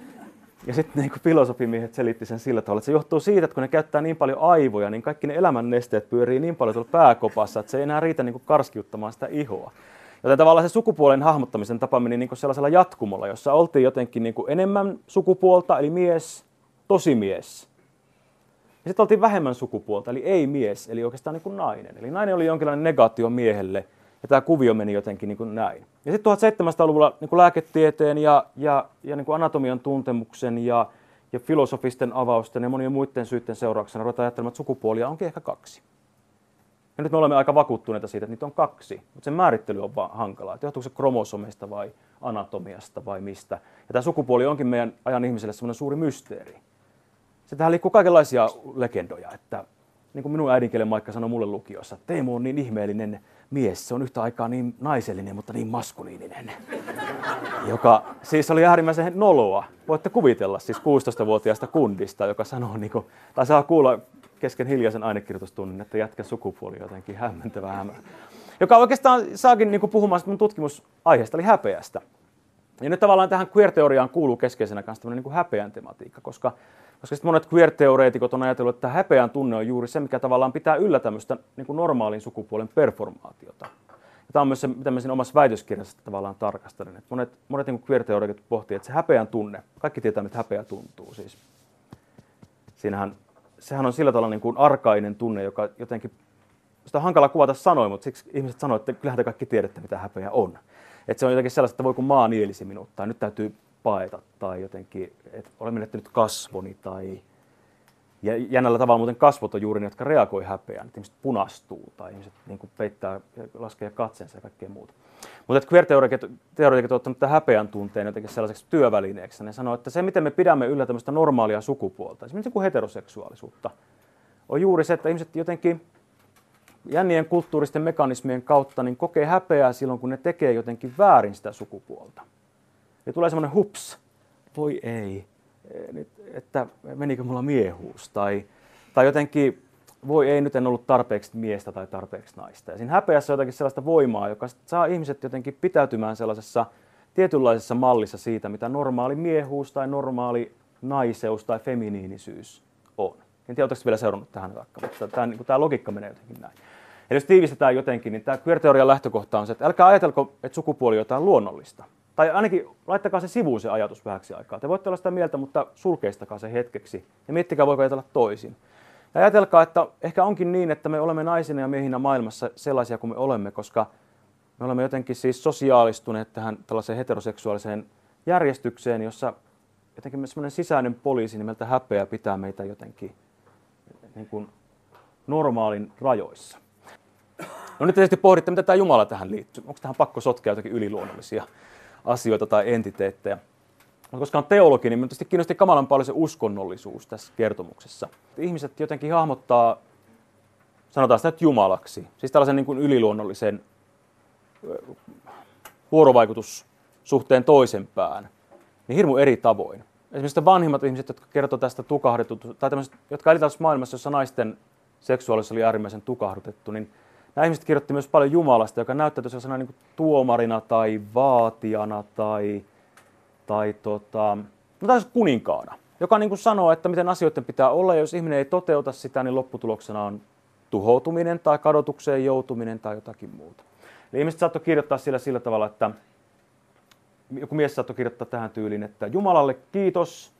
Ja sitten niin filosofimiehet selitti sen sillä tavalla, että se johtuu siitä, että kun ne käyttää niin paljon aivoja, niin kaikki ne elämän nesteet pyörii niin paljon tuolla pääkopassa, että se ei enää riitä niin kuin karskiuttamaan sitä ihoa. Joten tavallaan se sukupuolen hahmottamisen tapa meni niin kuin sellaisella jatkumolla, jossa oltiin jotenkin niin kuin enemmän sukupuolta, eli mies, tosimies. Ja sitten oltiin vähemmän sukupuolta, eli ei-mies, eli oikeastaan niin kuin nainen. Eli nainen oli jonkinlainen negaatio miehelle, ja tämä kuvio meni jotenkin niin kuin näin. Ja sitten 1700-luvulla niin kuin lääketieteen ja niin kuin anatomian tuntemuksen ja filosofisten avausten ja monien muiden syiden seurauksena ruvetaan ajattelemaan, että sukupuolia onkin ehkä 2. Ja nyt me olemme aika vakuuttuneita siitä, että niitä on 2, mutta sen määrittely on vaan hankalaa. Että johtuuko se kromosomeista vai anatomiasta vai mistä. Ja tämä sukupuoli onkin meidän ajan ihmiselle semmoinen suuri mysteeri. Se tähän liikkuu kaikenlaisia legendoja, että niin kuin minun äidinkielen Maikka sanoi mulle lukiossa, että Teemu on niin ihmeellinen mies, se on yhtä aikaa niin naisellinen, mutta niin maskuliininen. Joka siis oli äärimmäisen noloa. Voitte kuvitella siis 16-vuotiaasta kundista, joka sanoo, niin kuin, tai saa kuulla kesken hiljaisen ainekirjoitustunnin, että jätkän sukupuoli jotenkin hämmentävä hämää. Joka oikeastaan saakin niin kuin puhumaan mun tutkimusaiheesta, eli häpeästä. Ja nyt tavallaan tähän queer-teoriaan kuuluu keskeisenä kanssa tämmöinen niin kuin häpeän tematiikka, koska monet queer-teoreetikot on ajatellut, että häpeän tunne on juuri se, mikä tavallaan pitää yllä tämmöistä niin kuin normaalin sukupuolen performaatiota. Ja tämä on myös se, mitä mä siinä omassa väitöskirjassa tavallaan tarkastelen. Että monet niin kuin queer-teoreetikot pohtii, että se häpeän tunne, kaikki tietää, mitä häpeä tuntuu. Siis. Sehän on sillä tavalla niin kuin arkainen tunne, joka jotenkin, sitä on hankala kuvata sanoin, mutta siksi ihmiset sanoo, että kyllähän te kaikki tiedätte, mitä häpeä on. Että se on jotenkin sellaista, että voi kun maa nielisi minut, tai nyt täytyy paeta, tai jotenkin, että olen menettänyt kasvoni, tai ja jännällä tavalla muuten kasvot on juuri ne, jotka reagoi häpeään, että ihmiset punastuu, tai ihmiset niin kuin peittää ja laskee katseensa ja kaikkea muuta. Mutta queer-teoreetikot on ottanut tämän häpeän tunteen jotenkin sellaiseksi työvälineeksi, ne sanoo, että se, miten me pidämme yllä tämmöistä normaalia sukupuolta, esimerkiksi kuin heteroseksuaalisuutta, on juuri se, että ihmiset jotenkin jännien kulttuuristen mekanismien kautta niin kokee häpeää silloin, kun ne tekee jotenkin väärin sitä sukupuolta. Ja tulee semmoinen hups, voi ei, että menikö mulla miehuus, tai jotenkin voi ei, nyt en ollut tarpeeksi miestä tai tarpeeksi naista. Ja siinä häpeässä on jotakin sellaista voimaa, joka saa ihmiset jotenkin pitäytymään sellaisessa tietynlaisessa mallissa siitä, mitä normaali miehuus tai normaali naiseus tai feminiinisyys on. En tiedä, oletteko vielä seurannut tähän vaikka, mutta tämä logiikka menee jotenkin näin. Eli jos tiivistetään jotenkin, niin tämä queer-teorian lähtökohta on se, että älkää ajatelko, että sukupuoli on jotain luonnollista. Tai ainakin laittakaa se sivuun se ajatus vähäksi aikaa. Te voitte olla sitä mieltä, mutta sulkeistakaa se hetkeksi ja miettikää, voiko ajatella toisin. Ja ajatelkaa, että ehkä onkin niin, että me olemme naisina ja miehinä maailmassa sellaisia kuin me olemme, koska me olemme jotenkin siis sosiaalistuneet tähän tällaiseen heteroseksuaaliseen järjestykseen, jossa jotenkin semmoinen sisäinen poliisi nimeltä häpeä pitää meitä jotenkin niin kuin normaalin rajoissa. No nyt tietysti pohditte, mitä tämä Jumala tähän liittyy. Onko tähän pakko sotkea jotakin yliluonnollisia asioita tai entiteettejä? Koska on teologi, niin minun tietysti kiinnosti kamalan paljon se uskonnollisuus tässä kertomuksessa. Ihmiset jotenkin hahmottaa, sanotaan sitä nyt Jumalaksi, siis tällaisen niin kuin yliluonnollisen vuorovaikutussuhteen toisenpään, niin hirmu eri tavoin. Esimerkiksi vanhimmat ihmiset, jotka kertovat tästä tukahdutettu, tai tämmöiset, jotka elivät maailmassa, jossa naisten seksuaalisuus oli äärimmäisen tukahdutettu, niin nämä ihmiset kirjoitti myös paljon Jumalasta, joka näyttäytyi sellaisena niin kuin tuomarina tai vaatijana tai kuninkaana, joka niin kuin sanoo, että miten asioiden pitää olla, ja jos ihminen ei toteuta sitä, niin lopputuloksena on tuhoutuminen tai kadotukseen joutuminen tai jotakin muuta. Eli ihmiset saattoi kirjoittaa sillä tavalla, että joku mies saattoi kirjoittaa tähän tyyliin, että Jumalalle kiitos,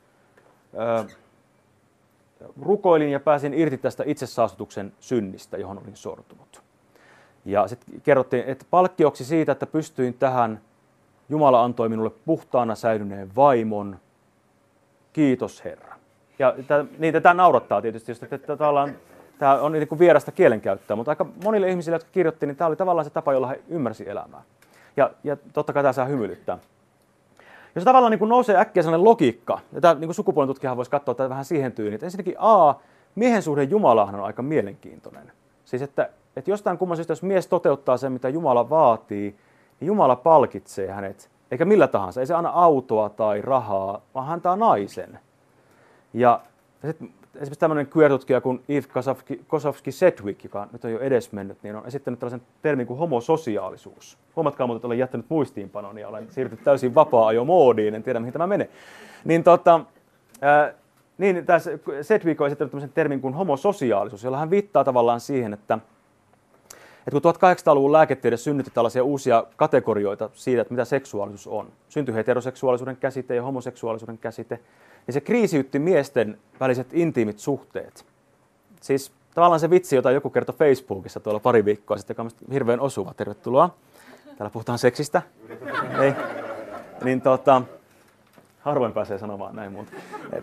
rukoilin ja pääsin irti tästä itsesaastutuksen synnistä, johon olin sortunut. Ja sitten kerrottiin, että palkkioksi siitä, että pystyin tähän, Jumala antoi minulle puhtaana säilyneen vaimon. Kiitos Herra. Ja tämä naurattaa tietysti, että tämä on niin kuin vierasta kielenkäyttöä, mutta aika monille ihmisille, jotka kirjoitti, niin tämä oli tavallaan se tapa, jolla he ymmärsivät elämää. Ja totta kai tämä saa hymyilyttää. Jos tavallaan niin kuin nousee äkkiä sellainen logiikka, ja tämä niin sukupuolen tutkijahan voisi katsoa tätä vähän siihen tyyliin, että ensinnäkin miehen suhde Jumalaan on aika mielenkiintoinen. Siis että jostain kumman syystä, jos mies toteuttaa sen, mitä Jumala vaatii, niin Jumala palkitsee hänet, eikä millä tahansa. Ei se anna autoa tai rahaa, vaan hän antaa naisen. Ja sitten esimerkiksi tämmöinen queer-tutkija kuin Eve Kosofsky-Sedgwick, joka nyt on jo edesmennyt, niin on esittänyt tällaisen termin kuin homososiaalisuus. Huomatkaa muuten, että olen jättänyt muistiinpanon ja olen siirtynyt täysin vapaa-ajomoodiin, en tiedä mihin tämä menee. Niin tämä Sedgwick on esittänyt tämmöisen termin kuin homososiaalisuus, jolla hän viittaa tavallaan siihen, että kun 1800-luvun lääketiede synnytti tällaisia uusia kategorioita siitä, että mitä seksuaalisuus on. Syntyi heteroseksuaalisuuden käsite ja homoseksuaalisuuden käsite. Niin se kriisiytti miesten väliset intiimit suhteet. Siis tavallaan se vitsi, jota joku kertoi Facebookissa tuolla pari viikkoa sitten, joka on hirveän osuva. Tervetuloa. Täällä puhutaan seksistä. Ei. Harvoin pääsee sanomaan näin muuta.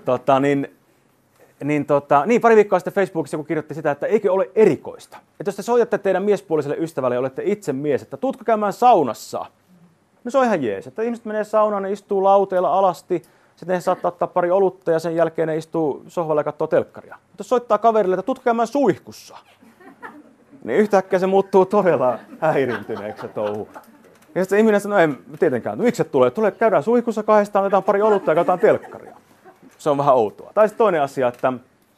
Pari viikkoa sitten Facebookissa joku kirjoitti sitä, että eikö ole erikoista. Että jos te soitatte teidän miespuoliselle ystävälle ja olette itse mies, että tuutko käymään saunassa? No se on ihan jees. Että ihmiset menee saunaan, ne istuu lauteilla alasti, sitten ne saattaa ottaa pari olutta ja sen jälkeen ne istuu sohvalla ja katsoo telkkaria. Mutta jos soittaa kaverille, että tuutko käymään suihkussa? Niin yhtäkkiä se muuttuu todella häiriintyneeksi se touhu. Ja sitten ihminen sanoo, ei tietenkään, no, miksi se tulee? Käydään suihkussa kahdestaan, otetaan pari olutta ja katsotaan telkkaria. Se on vähän outoa. Tai sitten toinen asia, että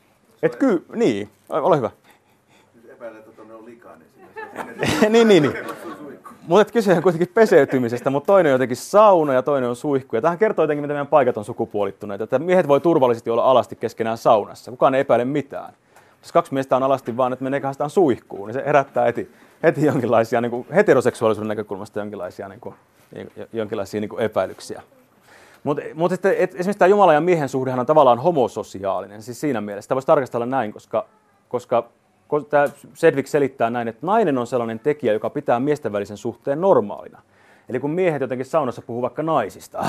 niin, ole hyvä. Nyt epäilen, että tuonne on likainen. niin. Mutta kyse on kuitenkin peseytymisestä, mutta toinen on jotenkin sauna ja toinen on suihku. Ja tähän kertoo jotenkin, miten meidän paikat on sukupuolittuneita. Että miehet voi turvallisesti olla alasti keskenään saunassa. Kukaan ei epäile mitään. Jos kaksi miestä on alasti vaan, että menee kahdestaan suihkuun, niin se herättää heti jonkinlaisia niin kuin heteroseksuaalisuuden näkökulmasta jonkinlaisia epäilyksiä. Mutta esimerkiksi tämä Jumalan ja miehen suhdehan on tavallaan homososiaalinen, siis siinä mielessä. Sitä voisi tarkastella näin, koska tämä Sedgwick selittää näin, että nainen on sellainen tekijä, joka pitää miesten välisen suhteen normaalina. Eli kun miehet jotenkin saunassa puhuu vaikka naisista,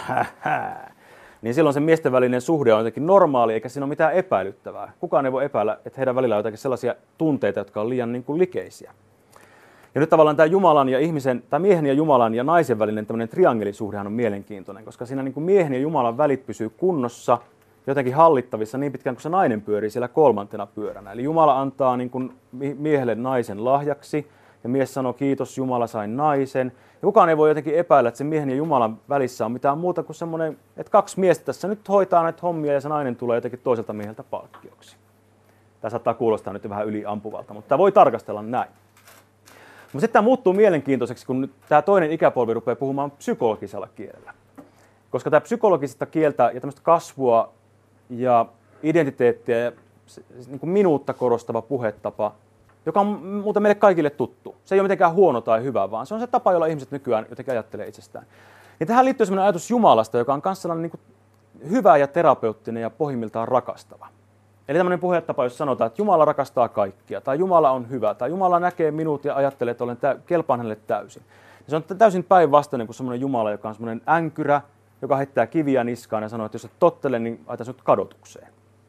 niin silloin se miesten välinen suhde on jotenkin normaali, eikä siinä ole mitään epäilyttävää. Kukaan ei voi epäillä, että heidän välillä on jotakin sellaisia tunteita, jotka on liian niin kuin likeisiä. Ja nyt tavallaan tämä Jumalan ja ihmisen, tai miehen ja Jumalan ja naisen välinen tämmöinen triangelisuhdehan on mielenkiintoinen, koska siinä niin kuin miehen ja Jumalan välit pysyy kunnossa, jotenkin hallittavissa niin pitkään kuin se nainen pyörii siellä kolmantena pyöränä. Eli Jumala antaa niin kuin miehelle naisen lahjaksi, ja mies sanoo, kiitos Jumala, sain naisen. Ja kukaan ei voi jotenkin epäillä, että se miehen ja Jumalan välissä on mitään muuta kuin semmoinen, että kaksi miestä tässä nyt hoitaa näitä hommia, ja se nainen tulee jotenkin toiselta mieheltä palkkioksi. Tämä saattaa kuulostaa nyt vähän yliampuvalta, mutta tämä voi tarkastella näin. Mutta sitten tämä muuttuu mielenkiintoiseksi, kun nyt tämä toinen ikäpolvi rupeaa puhumaan psykologisella kielellä. Koska tämä psykologista kieltä ja tämmöistä kasvua ja identiteettiä ja niin kuin minuutta korostava puhetapa, joka on muuten meille kaikille tuttu. Se ei ole mitenkään huono tai hyvä, vaan se on se tapa, jolla ihmiset nykyään jotenkin ajattelee itsestään. Ja tähän liittyy sellainen ajatus Jumalasta, joka on myös sellainen niin kuin hyvä ja terapeuttinen ja pohjimmiltaan rakastava. Eli tämmöinen puhetapa, jos sanotaan, että Jumala rakastaa kaikkia, tai Jumala on hyvä, tai Jumala näkee minut ja ajattelee, että kelpaan hänelle täysin. Ja se on täysin päinvastainen kuin semmoinen Jumala, joka on semmoinen änkyrä, joka heittää kiviä niskaan ja sanoo, että jos et tottele, niin aita sinut kadotukseen.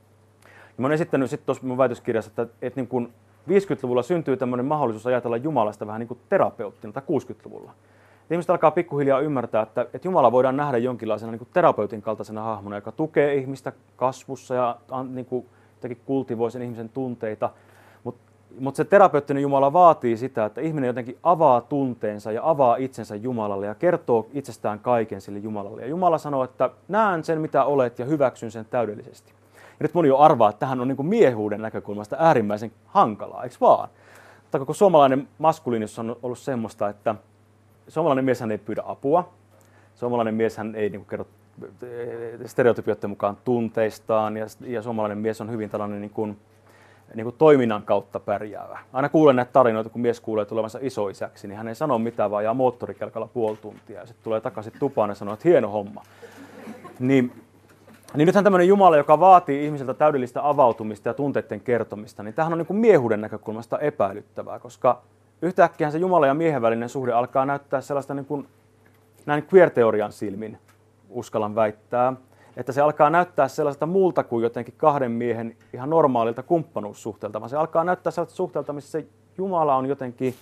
Ja mä olen esittänyt sitten tuossa mun väitöskirjassa, että niin kuin 50-luvulla syntyy tämmöinen mahdollisuus ajatella Jumalasta vähän niin kuin terapeuttina, tai 60-luvulla. Ihmiset alkaa pikkuhiljaa ymmärtää, että Jumala voidaan nähdä jonkinlaisena niin kuin terapeutin kaltaisena hahmona, joka tukee ihmistä kasvussa ja niin kuin kultivoi sen ihmisen tunteita. Mutta se terapeuttinen Jumala vaatii sitä, että ihminen jotenkin avaa tunteensa ja avaa itsensä Jumalalle ja kertoo itsestään kaiken sille Jumalalle. Ja Jumala sanoo, että näen sen mitä olet ja hyväksyn sen täydellisesti. Ja nyt moni jo arvaa, että tähän on niin kuin miehuuden näkökulmasta äärimmäisen hankalaa, eikö vaan? Mutta koko suomalainen maskuliinisuus on ollut semmoista, että suomalainen mieshän ei pyydä apua. Suomalainen mieshän ei niin kuin kerro stereotypioiden mukaan tunteistaan ja suomalainen mies on hyvin tällainen niin kuin niin kuin toiminnan kautta pärjäävä. Aina kuulen näitä tarinoita, kun mies kuulee tulevansa isoisäksi, niin hän ei sano mitään, vaan ajaa moottorikelkalla puoli tuntia ja sitten tulee takaisin tupaan ja sanoo, että hieno homma. Niin nythän tämmöinen Jumala, joka vaatii ihmiseltä täydellistä avautumista ja tunteiden kertomista, niin tämähän on niin kuin miehuuden näkökulmasta epäilyttävää, koska yhtäkkiä se Jumala ja miehen välinen suhde alkaa näyttää sellaista niin kuin näin queer-teorian silmin, uskallan väittää, että se alkaa näyttää sellaista muulta kuin jotenkin kahden miehen ihan normaalilta kumppanuussuhteelta, vaan se alkaa näyttää sellaista suhteelta, missä se Jumala on jotenkin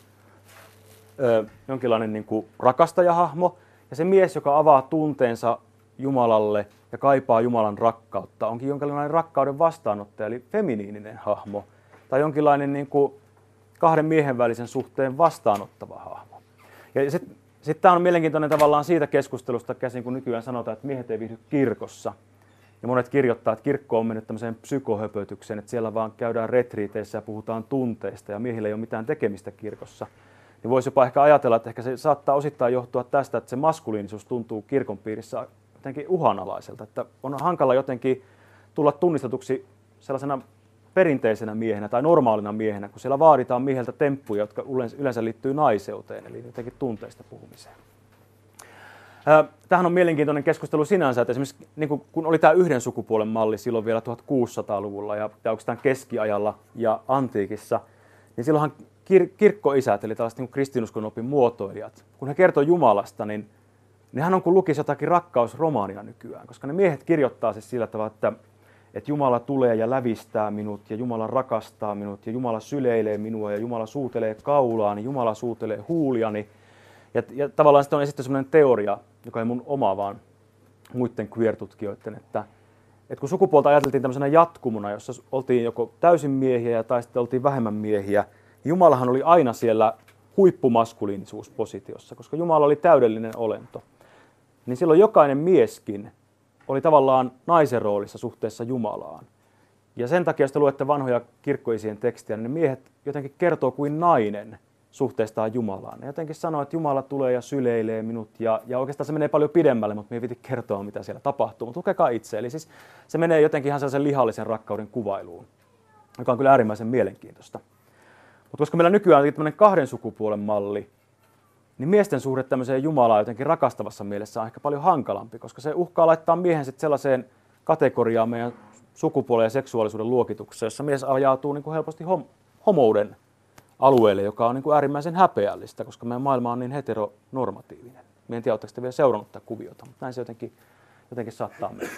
jonkinlainen niin kuin rakastajahahmo, ja se mies, joka avaa tunteensa Jumalalle ja kaipaa Jumalan rakkautta, onkin jonkinlainen rakkauden vastaanottaja, eli feminiininen hahmo, tai jonkinlainen niin kuin kahden miehen välisen suhteen vastaanottava hahmo. Ja sitten tämä on mielenkiintoinen tavallaan siitä keskustelusta käsin, kun nykyään sanotaan, että miehet ei viihdy kirkossa. Ja monet kirjoittaa, että kirkko on mennyt tämmöiseen psykohöpötykseen, että siellä vaan käydään retriiteissä ja puhutaan tunteista ja miehillä ei ole mitään tekemistä kirkossa. Niin voisi jopa ehkä ajatella, että ehkä se saattaa osittain johtua tästä, että se maskuliinisuus tuntuu kirkon piirissä jotenkin uhanalaiselta. Että on hankala jotenkin tulla tunnistetuksi sellaisena perinteisenä miehenä tai normaalina miehenä, kun siellä vaaditaan mieheltä temppuja, jotka yleensä liittyy naiseuteen, eli jotenkin tunteista puhumiseen. Tämähän on mielenkiintoinen keskustelu sinänsä, että esimerkiksi niin kun oli tämä yhden sukupuolen malli silloin vielä 1600-luvulla ja oikeastaan keskiajalla ja antiikissa, niin silloinhan kirkkoisät, eli tällaiset niin kristinuskon opin muotoilijat, kun he kertoo Jumalasta, niin hän on kuin lukisi jotakin rakkausromaania nykyään, koska ne miehet kirjoittaa siis sillä tavalla, että Jumala tulee ja lävistää minut, ja Jumala rakastaa minut, ja Jumala syleilee minua, ja Jumala suutelee kaulaani, Jumala suutelee huuliani. Ja tavallaan sitten on esitetty sellainen teoria, joka ei mun oma, vaan muiden queer-tutkijoiden, että kun sukupuolta ajateltiin tämmöisenä jatkumona, jossa oltiin joko täysin miehiä tai sitten oltiin vähemmän miehiä, Jumalahan oli aina siellä huippumaskuliinisuuspositiossa, koska Jumala oli täydellinen olento. Niin silloin jokainen mieskin oli tavallaan naisen roolissa suhteessa Jumalaan. Ja sen takia, jos te luette vanhoja kirkkoisien tekstiä, niin ne miehet jotenkin kertoo kuin nainen suhteestaan Jumalaan. Ne jotenkin sanoo, että Jumala tulee ja syleilee minut, ja oikeastaan se menee paljon pidemmälle, mutta me ei piti kertoa, mitä siellä tapahtuu. Mutta lukekaa itse. Eli siis se menee jotenkin ihan sellaisen lihallisen rakkauden kuvailuun, joka on kyllä äärimmäisen mielenkiintoista. Mutta koska meillä nykyään on tämmöinen kahden sukupuolen malli, niin miesten suhde tämmöiseen Jumalaan jotenkin rakastavassa mielessä on ehkä paljon hankalampi, koska se uhkaa laittaa miehen sitten sellaiseen kategoriaan meidän sukupuolen ja seksuaalisuuden luokituksessa, jossa mies ajautuu niin kuin helposti homouden alueelle, joka on niin kuin äärimmäisen häpeällistä, koska meidän maailma on niin heteronormatiivinen. Me en tiedä, oletteko te vielä seurannut tätä kuviota, mutta näin se jotenkin saattaa mennä.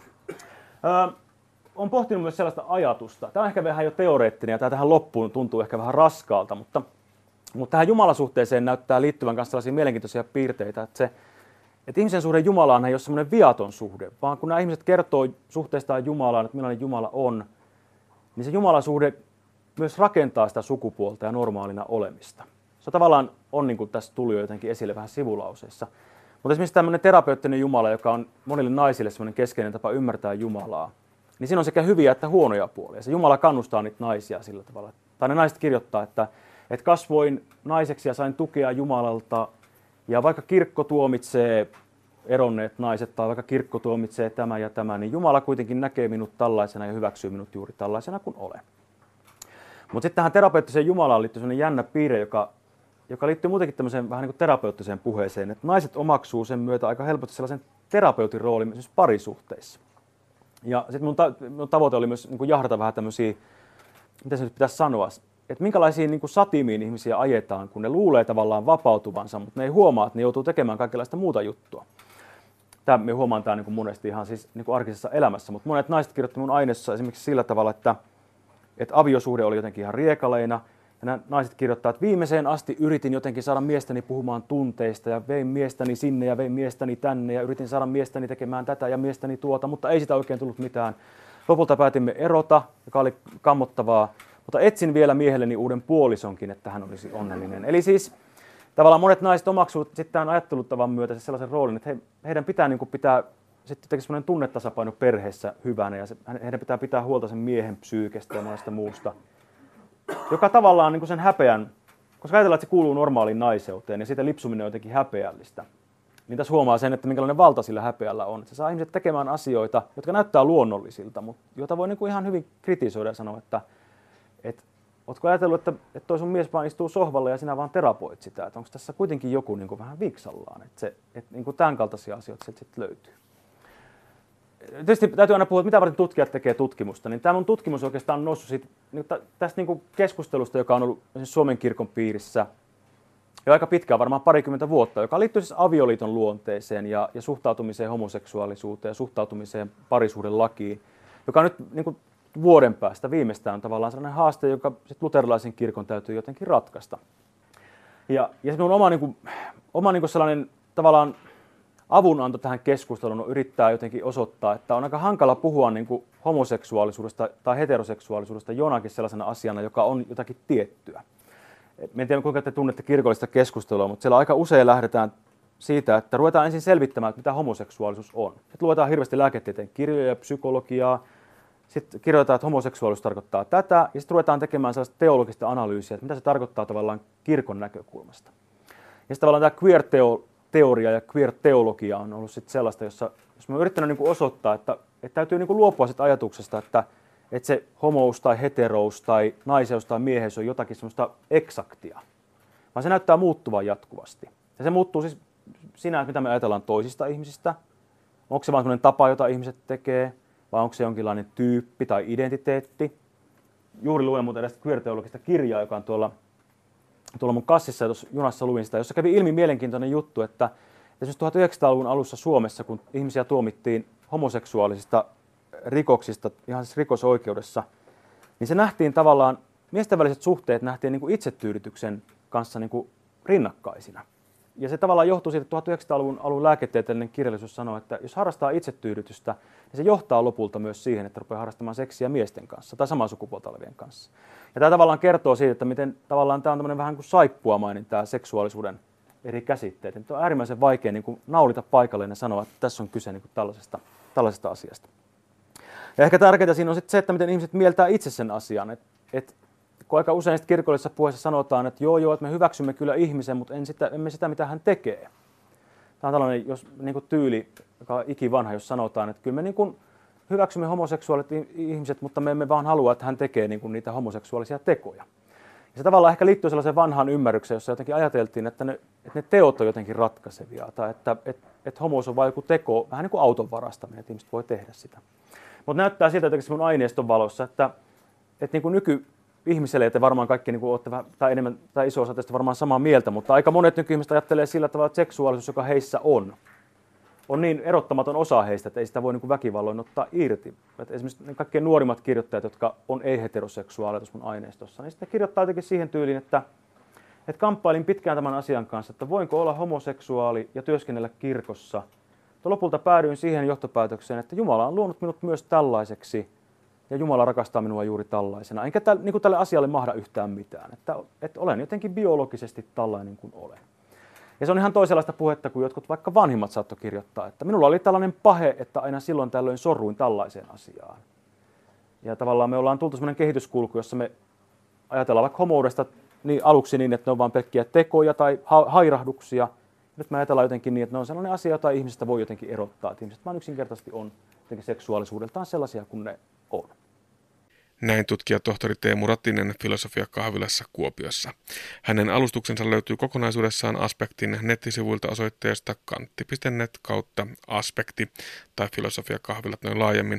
Olen pohtinut myös sellaista ajatusta. Tämä on ehkä vähän jo teoreettinen ja tämä tähän loppuun tuntuu ehkä vähän raskaalta, mutta tähän Jumalasuhteeseen näyttää liittyvän myös sellaisia mielenkiintoisia piirteitä, että ihmisen suhde Jumalaan ei ole semmoinen viaton suhde, vaan kun nämä ihmiset kertoo suhteestaan Jumalaan, että millainen Jumala on, niin se Jumalasuhde myös rakentaa sitä sukupuolta ja normaalina olemista. Se tavallaan on, niin kuin tässä tuli jo jotenkin esille vähän sivulauseissa. Mutta esimerkiksi tämmöinen terapeuttinen Jumala, joka on monille naisille semmoinen keskeinen tapa ymmärtää Jumalaa, niin siinä on sekä hyviä että huonoja puolia. Se Jumala kannustaa niitä naisia sillä tavalla. Tai ne naiset kirjoittaa, että kasvoin naiseksi ja sain tukea Jumalalta, ja vaikka kirkko tuomitsee eronneet naiset, tai vaikka kirkko tuomitsee tämä ja tämä, niin Jumala kuitenkin näkee minut tällaisena ja hyväksyy minut juuri tällaisena kuin olen. Mutta sitten tähän terapeuttiseen Jumalaan liittyy sellainen jännä piirre, joka liittyy muutenkin tämmöiseen vähän niin kuin terapeuttiseen puheeseen, että naiset omaksuu sen myötä aika helposti sellaisen terapeutin roolin myös parisuhteissa. Ja sitten mun tavoite oli myös niin kuin jahdata vähän tämmöisiä, mitä se nyt pitäisi sanoa, että minkälaisiin niin kuin satimiin ihmisiä ajetaan, kun ne luulee tavallaan vapautuvansa, mutta ne ei huomaa, että ne joutuu tekemään kaikenlaista muuta juttua. Me huomaan tämä niin kuin monesti ihan siis niin kuin arkisessa elämässä, mutta monet naiset kirjoittivat mun aineessa esimerkiksi sillä tavalla, että aviosuhde oli jotenkin ihan riekaleina, ja nämä naiset kirjoittaa, että viimeiseen asti yritin jotenkin saada miestäni puhumaan tunteista, ja vein miestäni sinne ja vein miestäni tänne, ja yritin saada miestäni tekemään tätä ja miestäni tuota, mutta ei sitä oikein tullut mitään. Lopulta päätimme erota, joka oli kammottavaa, mutta etsin vielä miehelleni uuden puolisonkin, että hän olisi onnellinen. Eli siis tavallaan monet naiset omaksuvat sitten tämän ajattelutavan myötä sellaisen roolin, että heidän pitää niin kuin pitää sitten semmoinen tunnetasapaino perheessä hyvänä, ja heidän pitää pitää huolta sen miehen psyykestä ja monesta muusta, joka tavallaan niin kuin sen häpeän, koska ajatellaan, että se kuuluu normaaliin naiseuteen ja siitä lipsuminen on jotenkin häpeällistä, niin tässä huomaa sen, että minkälainen valta sillä häpeällä on. Että se saa ihmiset tekemään asioita, jotka näyttää luonnollisilta, mutta joita voi niin kuin ihan hyvin kritisoida ja sanoa, että Ootko ajatellut, että toi sun mies vaan istuu sohvalla ja sinä vaan terapoit sitä, että onko tässä kuitenkin joku niin kuin vähän viiksallaan, että niin kuin tämän kaltaisia asioita sieltä sitten löytyy. Tietysti täytyy aina puhua, että mitä varten tutkijat tekee tutkimusta, niin tämä mun tutkimus oikeastaan on noussut tästä niin kuin keskustelusta, joka on ollut Suomen kirkon piirissä jo aika pitkään, varmaan 20 vuotta, joka liittyy siis avioliiton luonteeseen ja suhtautumiseen homoseksuaalisuuteen ja suhtautumiseen parisuhdelakiin, joka nyt niin kuin vuoden päästä viimeistään on tavallaan sellainen haaste, joka sit luterilaisen kirkon täytyy jotenkin ratkaista. Ja se minun oma niin kuin sellainen tavallaan avunanto tähän keskusteluun on yrittää jotenkin osoittaa, että on aika hankala puhua niin kuin homoseksuaalisuudesta tai heteroseksuaalisuudesta jonakin sellaisena asiana, joka on jotakin tiettyä. En tiedä, kuinka te tunnette kirkollista keskustelua, mutta siellä aika usein lähdetään siitä, että ruvetaan ensin selvittämään, että mitä homoseksuaalisuus on. Sitten luetaan hirveästi lääketieteen kirjoja ja psykologiaa. Sitten kirjoitetaan, että homoseksuaalisuus tarkoittaa tätä, ja sitten ruvetaan tekemään sellaista teologista analyysiä, että mitä se tarkoittaa tavallaan kirkon näkökulmasta. Ja sitten tavallaan tämä queer-teoria ja queer-teologia on ollut sitten sellaista, jos mä oon yrittänyt niin kuin osoittaa, että täytyy niin kuin luopua siitä ajatuksesta, että se homous tai heterous tai naiseus tai mieheys on jotakin semmoista eksaktia, vaan se näyttää muuttuvan jatkuvasti. Ja se muuttuu siis siinä, että mitä me ajatellaan toisista ihmisistä, onko se vain semmoinen tapa, jota ihmiset tekee, vai onko se jonkinlainen tyyppi tai identiteetti. Juuri luen muuten tästä queer-teologista kirjaa, joka on tuolla mun kassissa, ja tuossa junassa luin sitä, jossa kävi ilmi mielenkiintoinen juttu, että esimerkiksi 1900-luvun alussa Suomessa, kun ihmisiä tuomittiin homoseksuaalisista rikoksista, ihan siis rikosoikeudessa, niin se nähtiin tavallaan, miesten väliset suhteet nähtiin niin kuin itsetyydytyksen kanssa niin kuin rinnakkaisina. Ja se tavallaan johtuu siitä, että 1900-luvun alun lääketieteellinen kirjallisuus sanoo, että jos harrastaa itsetyydytystä, niin se johtaa lopulta myös siihen, että rupeaa harrastamaan seksiä miesten kanssa tai samaa sukupuolta olevien kanssa. Ja tämä tavallaan kertoo siitä, että miten tavallaan tämä on tämmöinen vähän kuin saippuamainen tämä seksuaalisuuden eri käsitteet. Että on äärimmäisen vaikea niin kuin naulita paikalleen ja sanoa, että tässä on kyse niin kuin tällaisesta asiasta. Ja ehkä tärkeintä siinä on sitten se, että miten ihmiset mieltää itse sen asian. Kun aika usein kirkollisessa puheessa sanotaan, että joo, että me hyväksymme kyllä ihmisen, mutta emme sitä, mitä hän tekee. Tämä on tällainen niin kuin tyyli, joka on ikivanha, jos sanotaan, että kyllä me niin kuin hyväksymme homoseksuaalit ihmiset, mutta me emme vaan halua, että hän tekee niin kuin niitä homoseksuaalisia tekoja. Ja se tavallaan ehkä liittyy sellaiseen vanhaan ymmärrykseen, jossa jotenkin ajateltiin, että ne teot on jotenkin ratkaisevia, tai että homous on vain joku teko, vähän niin kuin auton varastaminen, että ihmiset voi tehdä sitä. Mutta näyttää siltä jotenkin mun aineiston valossa, että niin kuin nykyihmiselle, että varmaan kaikki niin kuin olette tai enemmän tai iso osa teistä varmaan samaa mieltä, mutta aika monet nykyihmiset ajattelee sillä tavalla, että seksuaalisuus, joka heissä on niin erottamaton osa heistä, että ei sitä voi niin kuin väkivalloin ottaa irti. Että esimerkiksi ne kaikkein nuorimmat kirjoittajat, jotka on ei-heteroseksuaaleja tuossa mun aineistossa, niin sitten kirjoittaa jotenkin siihen tyyliin, että kamppailin pitkään tämän asian kanssa, että voinko olla homoseksuaali ja työskennellä kirkossa. Mutta lopulta päädyin siihen johtopäätökseen, että Jumala on luonut minut myös tällaiseksi ja Jumala rakastaa minua juuri tällaisena. Enkä niin kuin tälle asialle mahda yhtään mitään, että olen jotenkin biologisesti tällainen kuin olen. Ja se on ihan toisenlaista puhetta kuin jotkut vaikka vanhimmat saattoi kirjoittaa, että minulla oli tällainen pahe, että aina silloin tällöin sorruin tällaiseen asiaan. Ja tavallaan me ollaan tultu sellainen kehityskulku, jossa me ajatellaan vaikka homoudesta niin aluksi niin, että ne on vain pelkkiä tekoja tai hairahduksia. Nyt me ajatellaan jotenkin niin, että ne on sellainen asia, jota ihmisestä voi jotenkin erottaa. Että ihmiset vaan yksinkertaisesti on jotenkin seksuaalisuudeltaan sellaisia kuin ne on. Näin tutkija tohtori Teemu Ratinen Filosofia-kahvilassa Kuopiossa. Hänen alustuksensa löytyy kokonaisuudessaan Aspektin nettisivuilta osoitteesta kantti.net/aspekti tai Filosofia-kahvilat noin laajemmin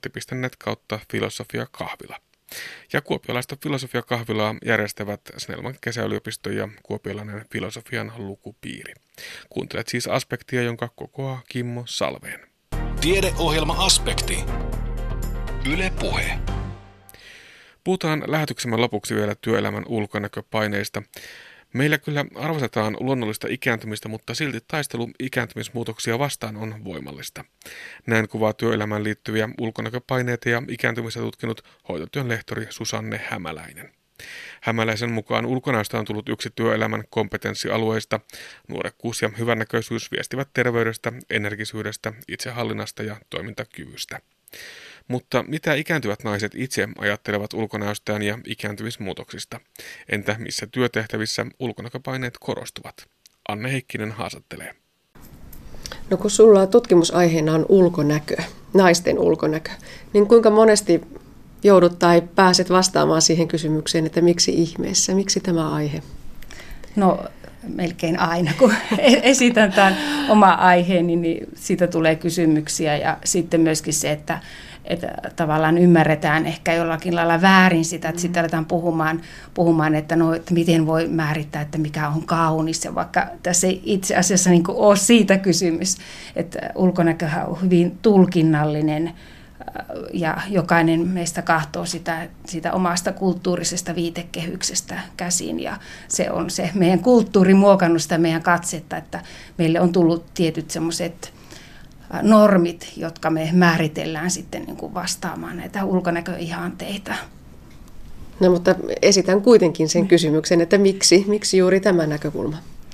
kantti.net/filosofiakahvila. Ja kuopiolaista Filosofia-kahvilaa järjestävät Snellman kesäyliopisto ja kuopiolainen filosofian lukupiiri. Kuuntelet siis Aspektia, jonka kokoaa Kimmo Salveen. Tiedeohjelma Aspekti. Yle Puhe. Puhutaan lähetyksemme lopuksi vielä työelämän ulkonäköpaineista. Meillä kyllä arvostetaan luonnollista ikääntymistä, mutta silti taistelu ikääntymismuutoksia vastaan on voimallista. Näin kuvaa työelämään liittyviä ulkonäköpaineita ja ikääntymistä tutkinut hoitotyön lehtori Susanne Hämäläinen. Hämäläisen mukaan ulkonäöstä on tullut yksi työelämän kompetenssialueista. Nuorekkuus ja hyvännäköisyys viestivät terveydestä, energisyydestä, itsehallinnasta ja toimintakyvystä. Mutta mitä ikääntyvät naiset itse ajattelevat ulkonäöstään ja ikääntymismuutoksista? Entä missä työtehtävissä ulkonäköpaineet korostuvat? Anne Heikkinen haastattelee. No kun sulla tutkimusaiheena on ulkonäkö, naisten ulkonäkö, niin kuinka monesti joudut tai pääset vastaamaan siihen kysymykseen, että miksi ihmeessä, miksi tämä aihe? No melkein aina, kun esitän tämän oma aiheeni, niin siitä tulee kysymyksiä ja sitten myöskin se, että tavallaan ymmärretään ehkä jollakin lailla väärin sitä, että sitten aletaan puhumaan että miten voi määrittää, että mikä on kaunis, ja vaikka tässä ei itse asiassa niin kuin ole siitä kysymys, että ulkonäköhän on hyvin tulkinnallinen, ja jokainen meistä kahtoo sitä omasta kulttuurisesta viitekehyksestä käsin, ja se on se meidän kulttuuri muokannut sitä meidän katsetta, että meille on tullut tietyt semmoiset normit, jotka me määritellään sitten niin kuin vastaamaan näitä ulkonäköihanteita. No mutta esitän kuitenkin sen kysymyksen, että miksi juuri tämä näkökulma?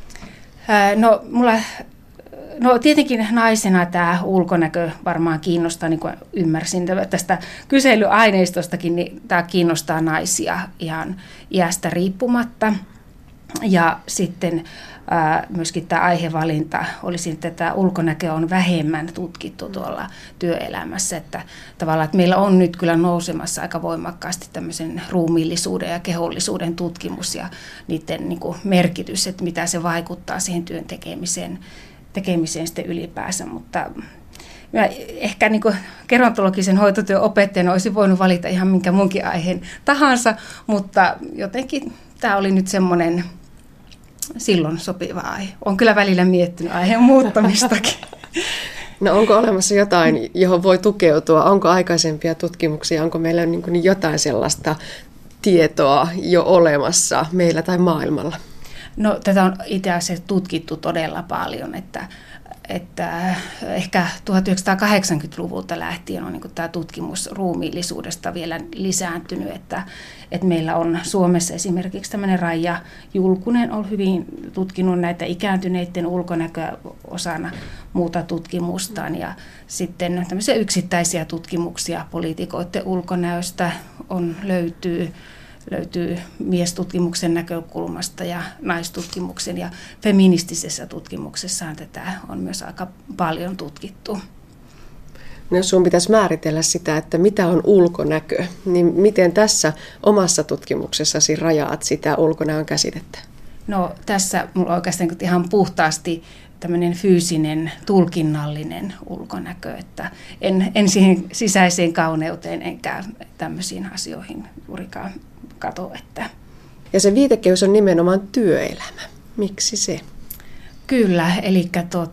No tietenkin naisena tämä ulkonäkö varmaan kiinnostaa, niin kuin ymmärsin tästä kyselyaineistostakin, niin tämä kiinnostaa naisia ihan iästä riippumatta. Ja sitten myöskin tämä aihevalinta olisi, että tämä ulkonäkö on vähemmän tutkittu tuolla työelämässä. Että tavallaan, että meillä on nyt kyllä nousemassa aika voimakkaasti tämmöisen ruumiillisuuden ja kehollisuuden tutkimus ja niiden niin kuin merkitys, että mitä se vaikuttaa siihen työn tekemiseen sitten ylipäänsä. Mutta ehkä niin kuin gerontologisen hoitotyön opettajana olisi voinut valita ihan minkä munkin aiheen tahansa, mutta jotenkin tämä oli nyt semmoinen silloin sopiva aihe. Olen kyllä välillä miettinyt aiheen muuttamistakin. No onko olemassa jotain, johon voi tukeutua? Onko aikaisempia tutkimuksia? Onko meillä niin jotain sellaista tietoa jo olemassa meillä tai maailmalla? No tätä on itse asiassa tutkittu todella paljon, että ehkä 1980-luvulta lähtien on niin kuin tämä tutkimus ruumiillisuudesta vielä lisääntynyt, että meillä on Suomessa esimerkiksi tämmöinen Raija Julkunen on hyvin tutkinut näitä ikääntyneiden ulkonäköä osana muuta tutkimustaan, ja sitten tämmöisiä yksittäisiä tutkimuksia poliitikoiden ulkonäöstä löytyy miestutkimuksen näkökulmasta ja naistutkimuksen, ja feministisessä tutkimuksessaan tätä on myös aika paljon tutkittu. No jos sun pitäisi määritellä sitä, että mitä on ulkonäkö, niin miten tässä omassa tutkimuksessasi rajaat sitä ulkonäön käsitettä? No tässä mulla on oikeastaan ihan puhtaasti tämmöinen fyysinen, tulkinnallinen ulkonäkö, että en siihen sisäiseen kauneuteen enkä tämmöisiin asioihin juurikaan kato. Ja se viitekehys on nimenomaan työelämä. Miksi se? Kyllä, eli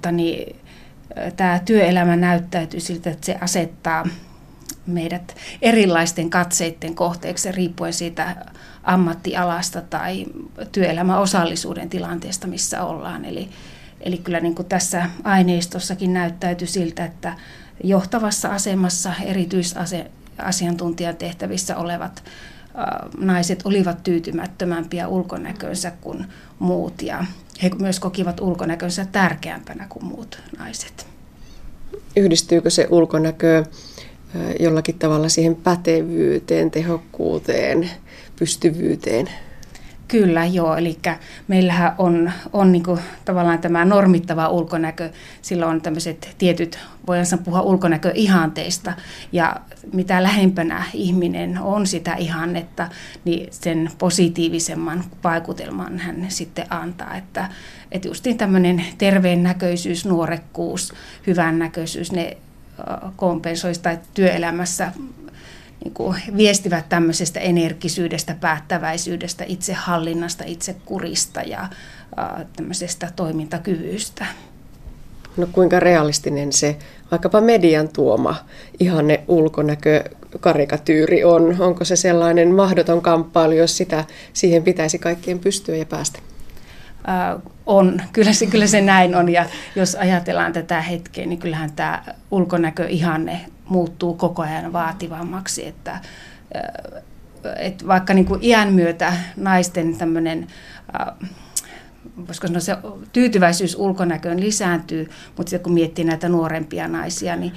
tämä työelämä näyttäytyy siltä, että se asettaa meidät erilaisten katseiden kohteeksi riippuen siitä ammattialasta tai työelämän osallisuuden tilanteesta, missä ollaan. Eli kyllä niin kuin tässä aineistossakin näyttäytyy siltä, että johtavassa asemassa erityisasiantuntijan tehtävissä olevat naiset olivat tyytymättömämpiä ulkonäkönsä kuin muut, ja he myös kokivat ulkonäkönsä tärkeämpänä kuin muut naiset. Yhdistyykö se ulkonäkö jollakin tavalla siihen pätevyyteen, tehokkuuteen, pystyvyyteen? Kyllä, joo. Eli meillähän on niin kuin tavallaan tämä normittava ulkonäkö. Sillä on tämmöiset tietyt, voidaan puhua ulkonäköihanteista. Ja mitä lähempänä ihminen on sitä ihannetta, niin sen positiivisemman vaikutelman hän sitten antaa. Että justiin tämmöinen terveen näköisyys, nuorekkuus, hyvän näköisyys, ne kompensoi sitä työelämässä, niin kuin viestivät tämmöisestä energisyydestä, päättäväisyydestä, itsehallinnasta, itsekurista ja tämmöisestä toimintakyvystä. No kuinka realistinen se vaikkapa median tuoma ihanne ulkonäkökarikatyyri on? Onko se sellainen mahdoton kamppailu, jos siihen pitäisi kaikkien pystyä ja päästä? On. Kyllä se näin on, ja jos ajatellaan tätä hetkeä, niin kyllähän tämä ulkonäköihanne muuttuu koko ajan vaativammaksi, että vaikka niin kuin iän myötä naisten tämmöinen, voisiko sanoa, se tyytyväisyys ulkonäköön lisääntyy, mutta sitten kun miettii näitä nuorempia naisia, niin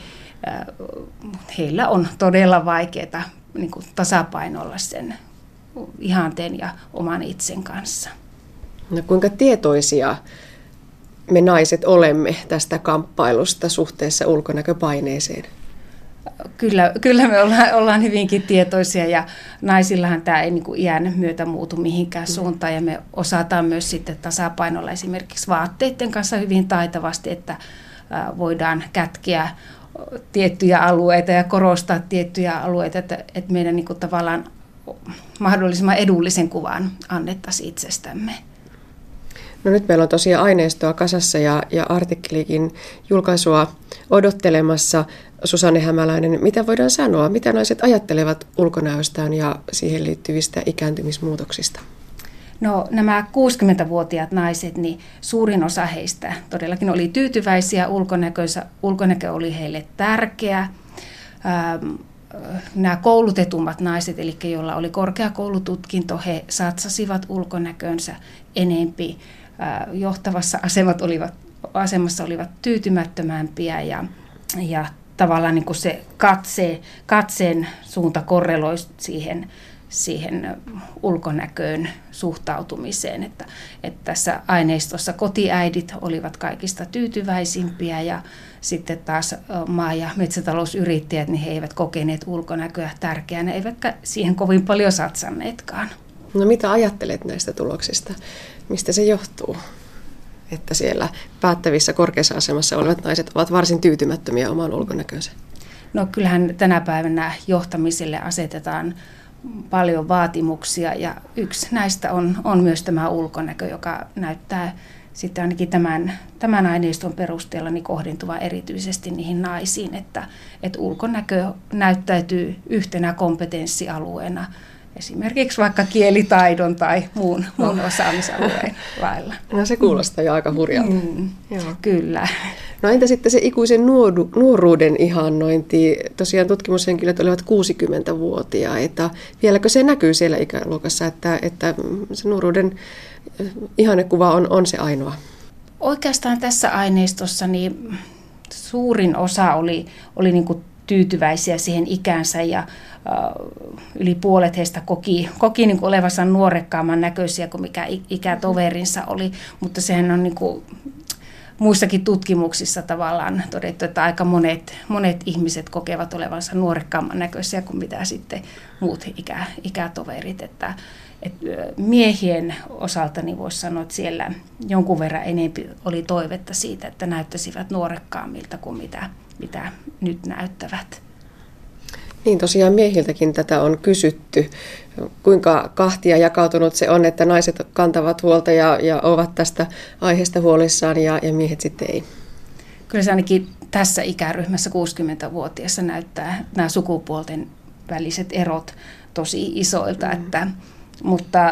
heillä on todella vaikeaa niin kuin tasapainoilla sen ihanteen ja oman itsen kanssa. No kuinka tietoisia me naiset olemme tästä kamppailusta suhteessa ulkonäköpaineeseen? Kyllä me ollaan hyvinkin tietoisia ja naisillahan tämä ei niin kuin iän myötä muutu mihinkään suuntaan ja me osataan myös sitten tasapainolla esimerkiksi vaatteiden kanssa hyvin taitavasti, että voidaan kätkeä tiettyjä alueita ja korostaa tiettyjä alueita, että meidän niin kuin tavallaan mahdollisimman edullisen kuvan annettaisiin itsestämme. No nyt meillä on tosiaan aineistoa kasassa ja artikkelikin julkaisua odottelemassa. Susanne Hämäläinen, mitä voidaan sanoa? Mitä naiset ajattelevat ulkonäöstään ja siihen liittyvistä ikääntymismuutoksista? No nämä 60-vuotiaat naiset, niin suurin osa heistä todellakin oli tyytyväisiä ulkonäkönsä. Ulkonäkö oli heille tärkeä. Nämä koulutetummat naiset, eli joilla oli korkeakoulututkinto, he satsasivat ulkonäkönsä enempi. Johtavassa asemassa olivat tyytymättömämpiä ja tavallaan niin kuin se katseen suunta korreloi siihen ulkonäköön suhtautumiseen, että tässä aineistossa kotiäidit olivat kaikista tyytyväisimpiä ja sitten taas maa- ja metsätalousyrittäjät, niin he eivät kokeneet ulkonäköä tärkeänä, eivätkä siihen kovin paljon satsanneetkaan. No mitä ajattelet näistä tuloksista? Mistä se johtuu, että siellä päättävissä korkeassa asemassa olevat naiset ovat varsin tyytymättömiä omaan ulkonäköönsä? No kyllähän tänä päivänä johtamiselle asetetaan paljon vaatimuksia ja yksi näistä on myös tämä ulkonäkö, joka näyttää sitten ainakin tämän aineiston perusteella niin kohdentuva erityisesti niihin naisiin, että ulkonäkö näyttäytyy yhtenä kompetenssialueena esimerkiksi vaikka kielitaidon tai muun osaamisalueen lailla. No se kuulostaa jo aika hurjalta. Joo. Kyllä. No entä sitten se ikuisen nuoruuden ihannointi? Tosiaan tutkimushenkilöt olivat 60-vuotiaita. Vieläkö se näkyy siellä ikäluokassa, että se nuoruuden ihannekuva on se ainoa? Oikeastaan tässä aineistossa niin suurin osa oli niin kuin tyytyväisiä siihen ikänsä ja yli puolet heistä koki niin kuin olevansa nuorekkaamman näköisiä kuin mikä ikätoverinsa oli, mutta sehän on niin kuin muissakin tutkimuksissa tavallaan todettu, että aika monet ihmiset kokevat olevansa nuorekkaamman näköisiä kuin mitä sitten muut ikätoverit. Että miehien osalta niin voisi sanoa, että siellä jonkun verran enemmän oli toivetta siitä, että näyttäisivät nuorekkaammilta kuin mitä nyt näyttävät. Niin tosiaan miehiltäkin tätä on kysytty. Kuinka kahtia jakautunut se on, että naiset kantavat huolta ja ovat tästä aiheesta huolissaan ja miehet sitten ei? Kyllä se ainakin tässä ikäryhmässä 60-vuotiaassa näyttää nämä sukupuolten väliset erot tosi isoilta, mutta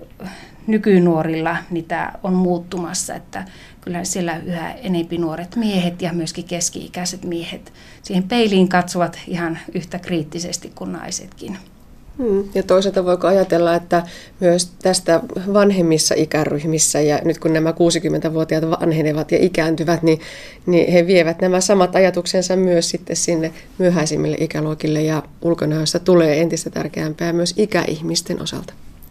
nykynuorilla niitä on muuttumassa, että kyllä siellä yhä enempi nuoret miehet ja myöskin keski-ikäiset miehet siihen peiliin katsovat ihan yhtä kriittisesti kuin naisetkin. Ja toisaalta voiko ajatella, että myös tästä vanhemmissa ikäryhmissä ja nyt kun nämä 60-vuotiaat vanhenevat ja ikääntyvät, niin he vievät nämä samat ajatuksensa myös sitten sinne myöhäisimmille ikäluokille ja ulkonäöstä tulee entistä tärkeämpää myös ikäihmisten osalta.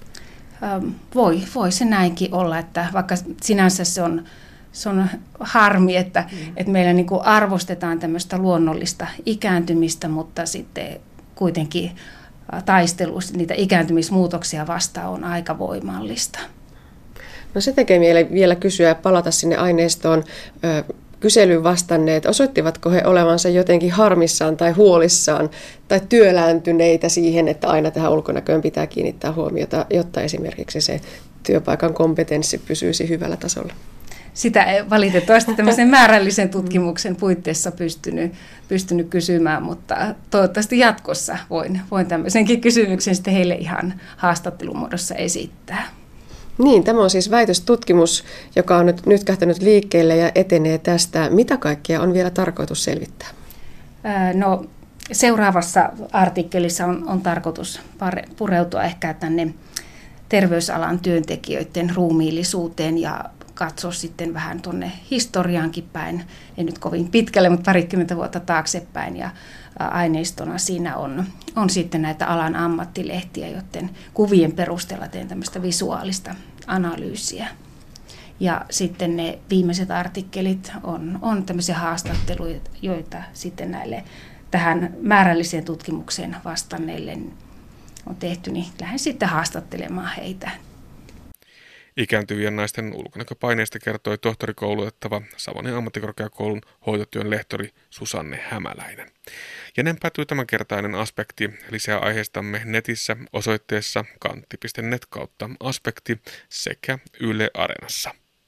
Voi se näinkin olla, että vaikka sinänsä se on harmi, että meillä niin kuin arvostetaan tämmöistä luonnollista ikääntymistä, mutta sitten kuitenkin taistelu niitä ikääntymismuutoksia vastaan on aika voimallista. No se tekee mieleen vielä kysyä ja palata sinne aineistoon. Kyselyyn vastanneet, osoittivatko he olevansa jotenkin harmissaan tai huolissaan tai työlääntyneitä siihen, että aina tähän ulkonäköön pitää kiinnittää huomiota, jotta esimerkiksi se työpaikan kompetenssi pysyisi hyvällä tasolla? Sitä ei valitettavasti tämmöisen määrällisen tutkimuksen puitteissa pystynyt kysymään, mutta toivottavasti jatkossa voin tämmöisenkin kysymyksen sitten heille ihan haastattelumuodossa esittää. Niin, tämä on siis väitöstutkimus, joka on nyt kähtänyt liikkeelle ja etenee tästä. Mitä kaikkea on vielä tarkoitus selvittää? No, seuraavassa artikkelissa on tarkoitus pureutua ehkä tänne terveysalan työntekijöiden ruumiillisuuteen ja katsoa sitten vähän tuonne historiaankin päin, ei nyt kovin pitkälle, mutta parikymmentä vuotta taaksepäin. Ja aineistona siinä on sitten näitä alan ammattilehtiä, joiden kuvien perusteella teen tämmöistä visuaalista analyysiä. Ja sitten ne viimeiset artikkelit on tämmöisiä haastatteluja, joita sitten näille tähän määrälliseen tutkimukseen vastanneille on tehty, niin lähden sitten haastattelemaan heitä. Ikääntyvien naisten ulkonäköpaineista kertoi tohtorikoulutettava Savonin ammattikorkeakoulun hoitotyön lehtori Susanne Hämäläinen. Ja näin päätyy tämänkertainen Aspekti. Lisää aiheistamme netissä osoitteessa kantti.net/aspekti sekä Yle Areenassa.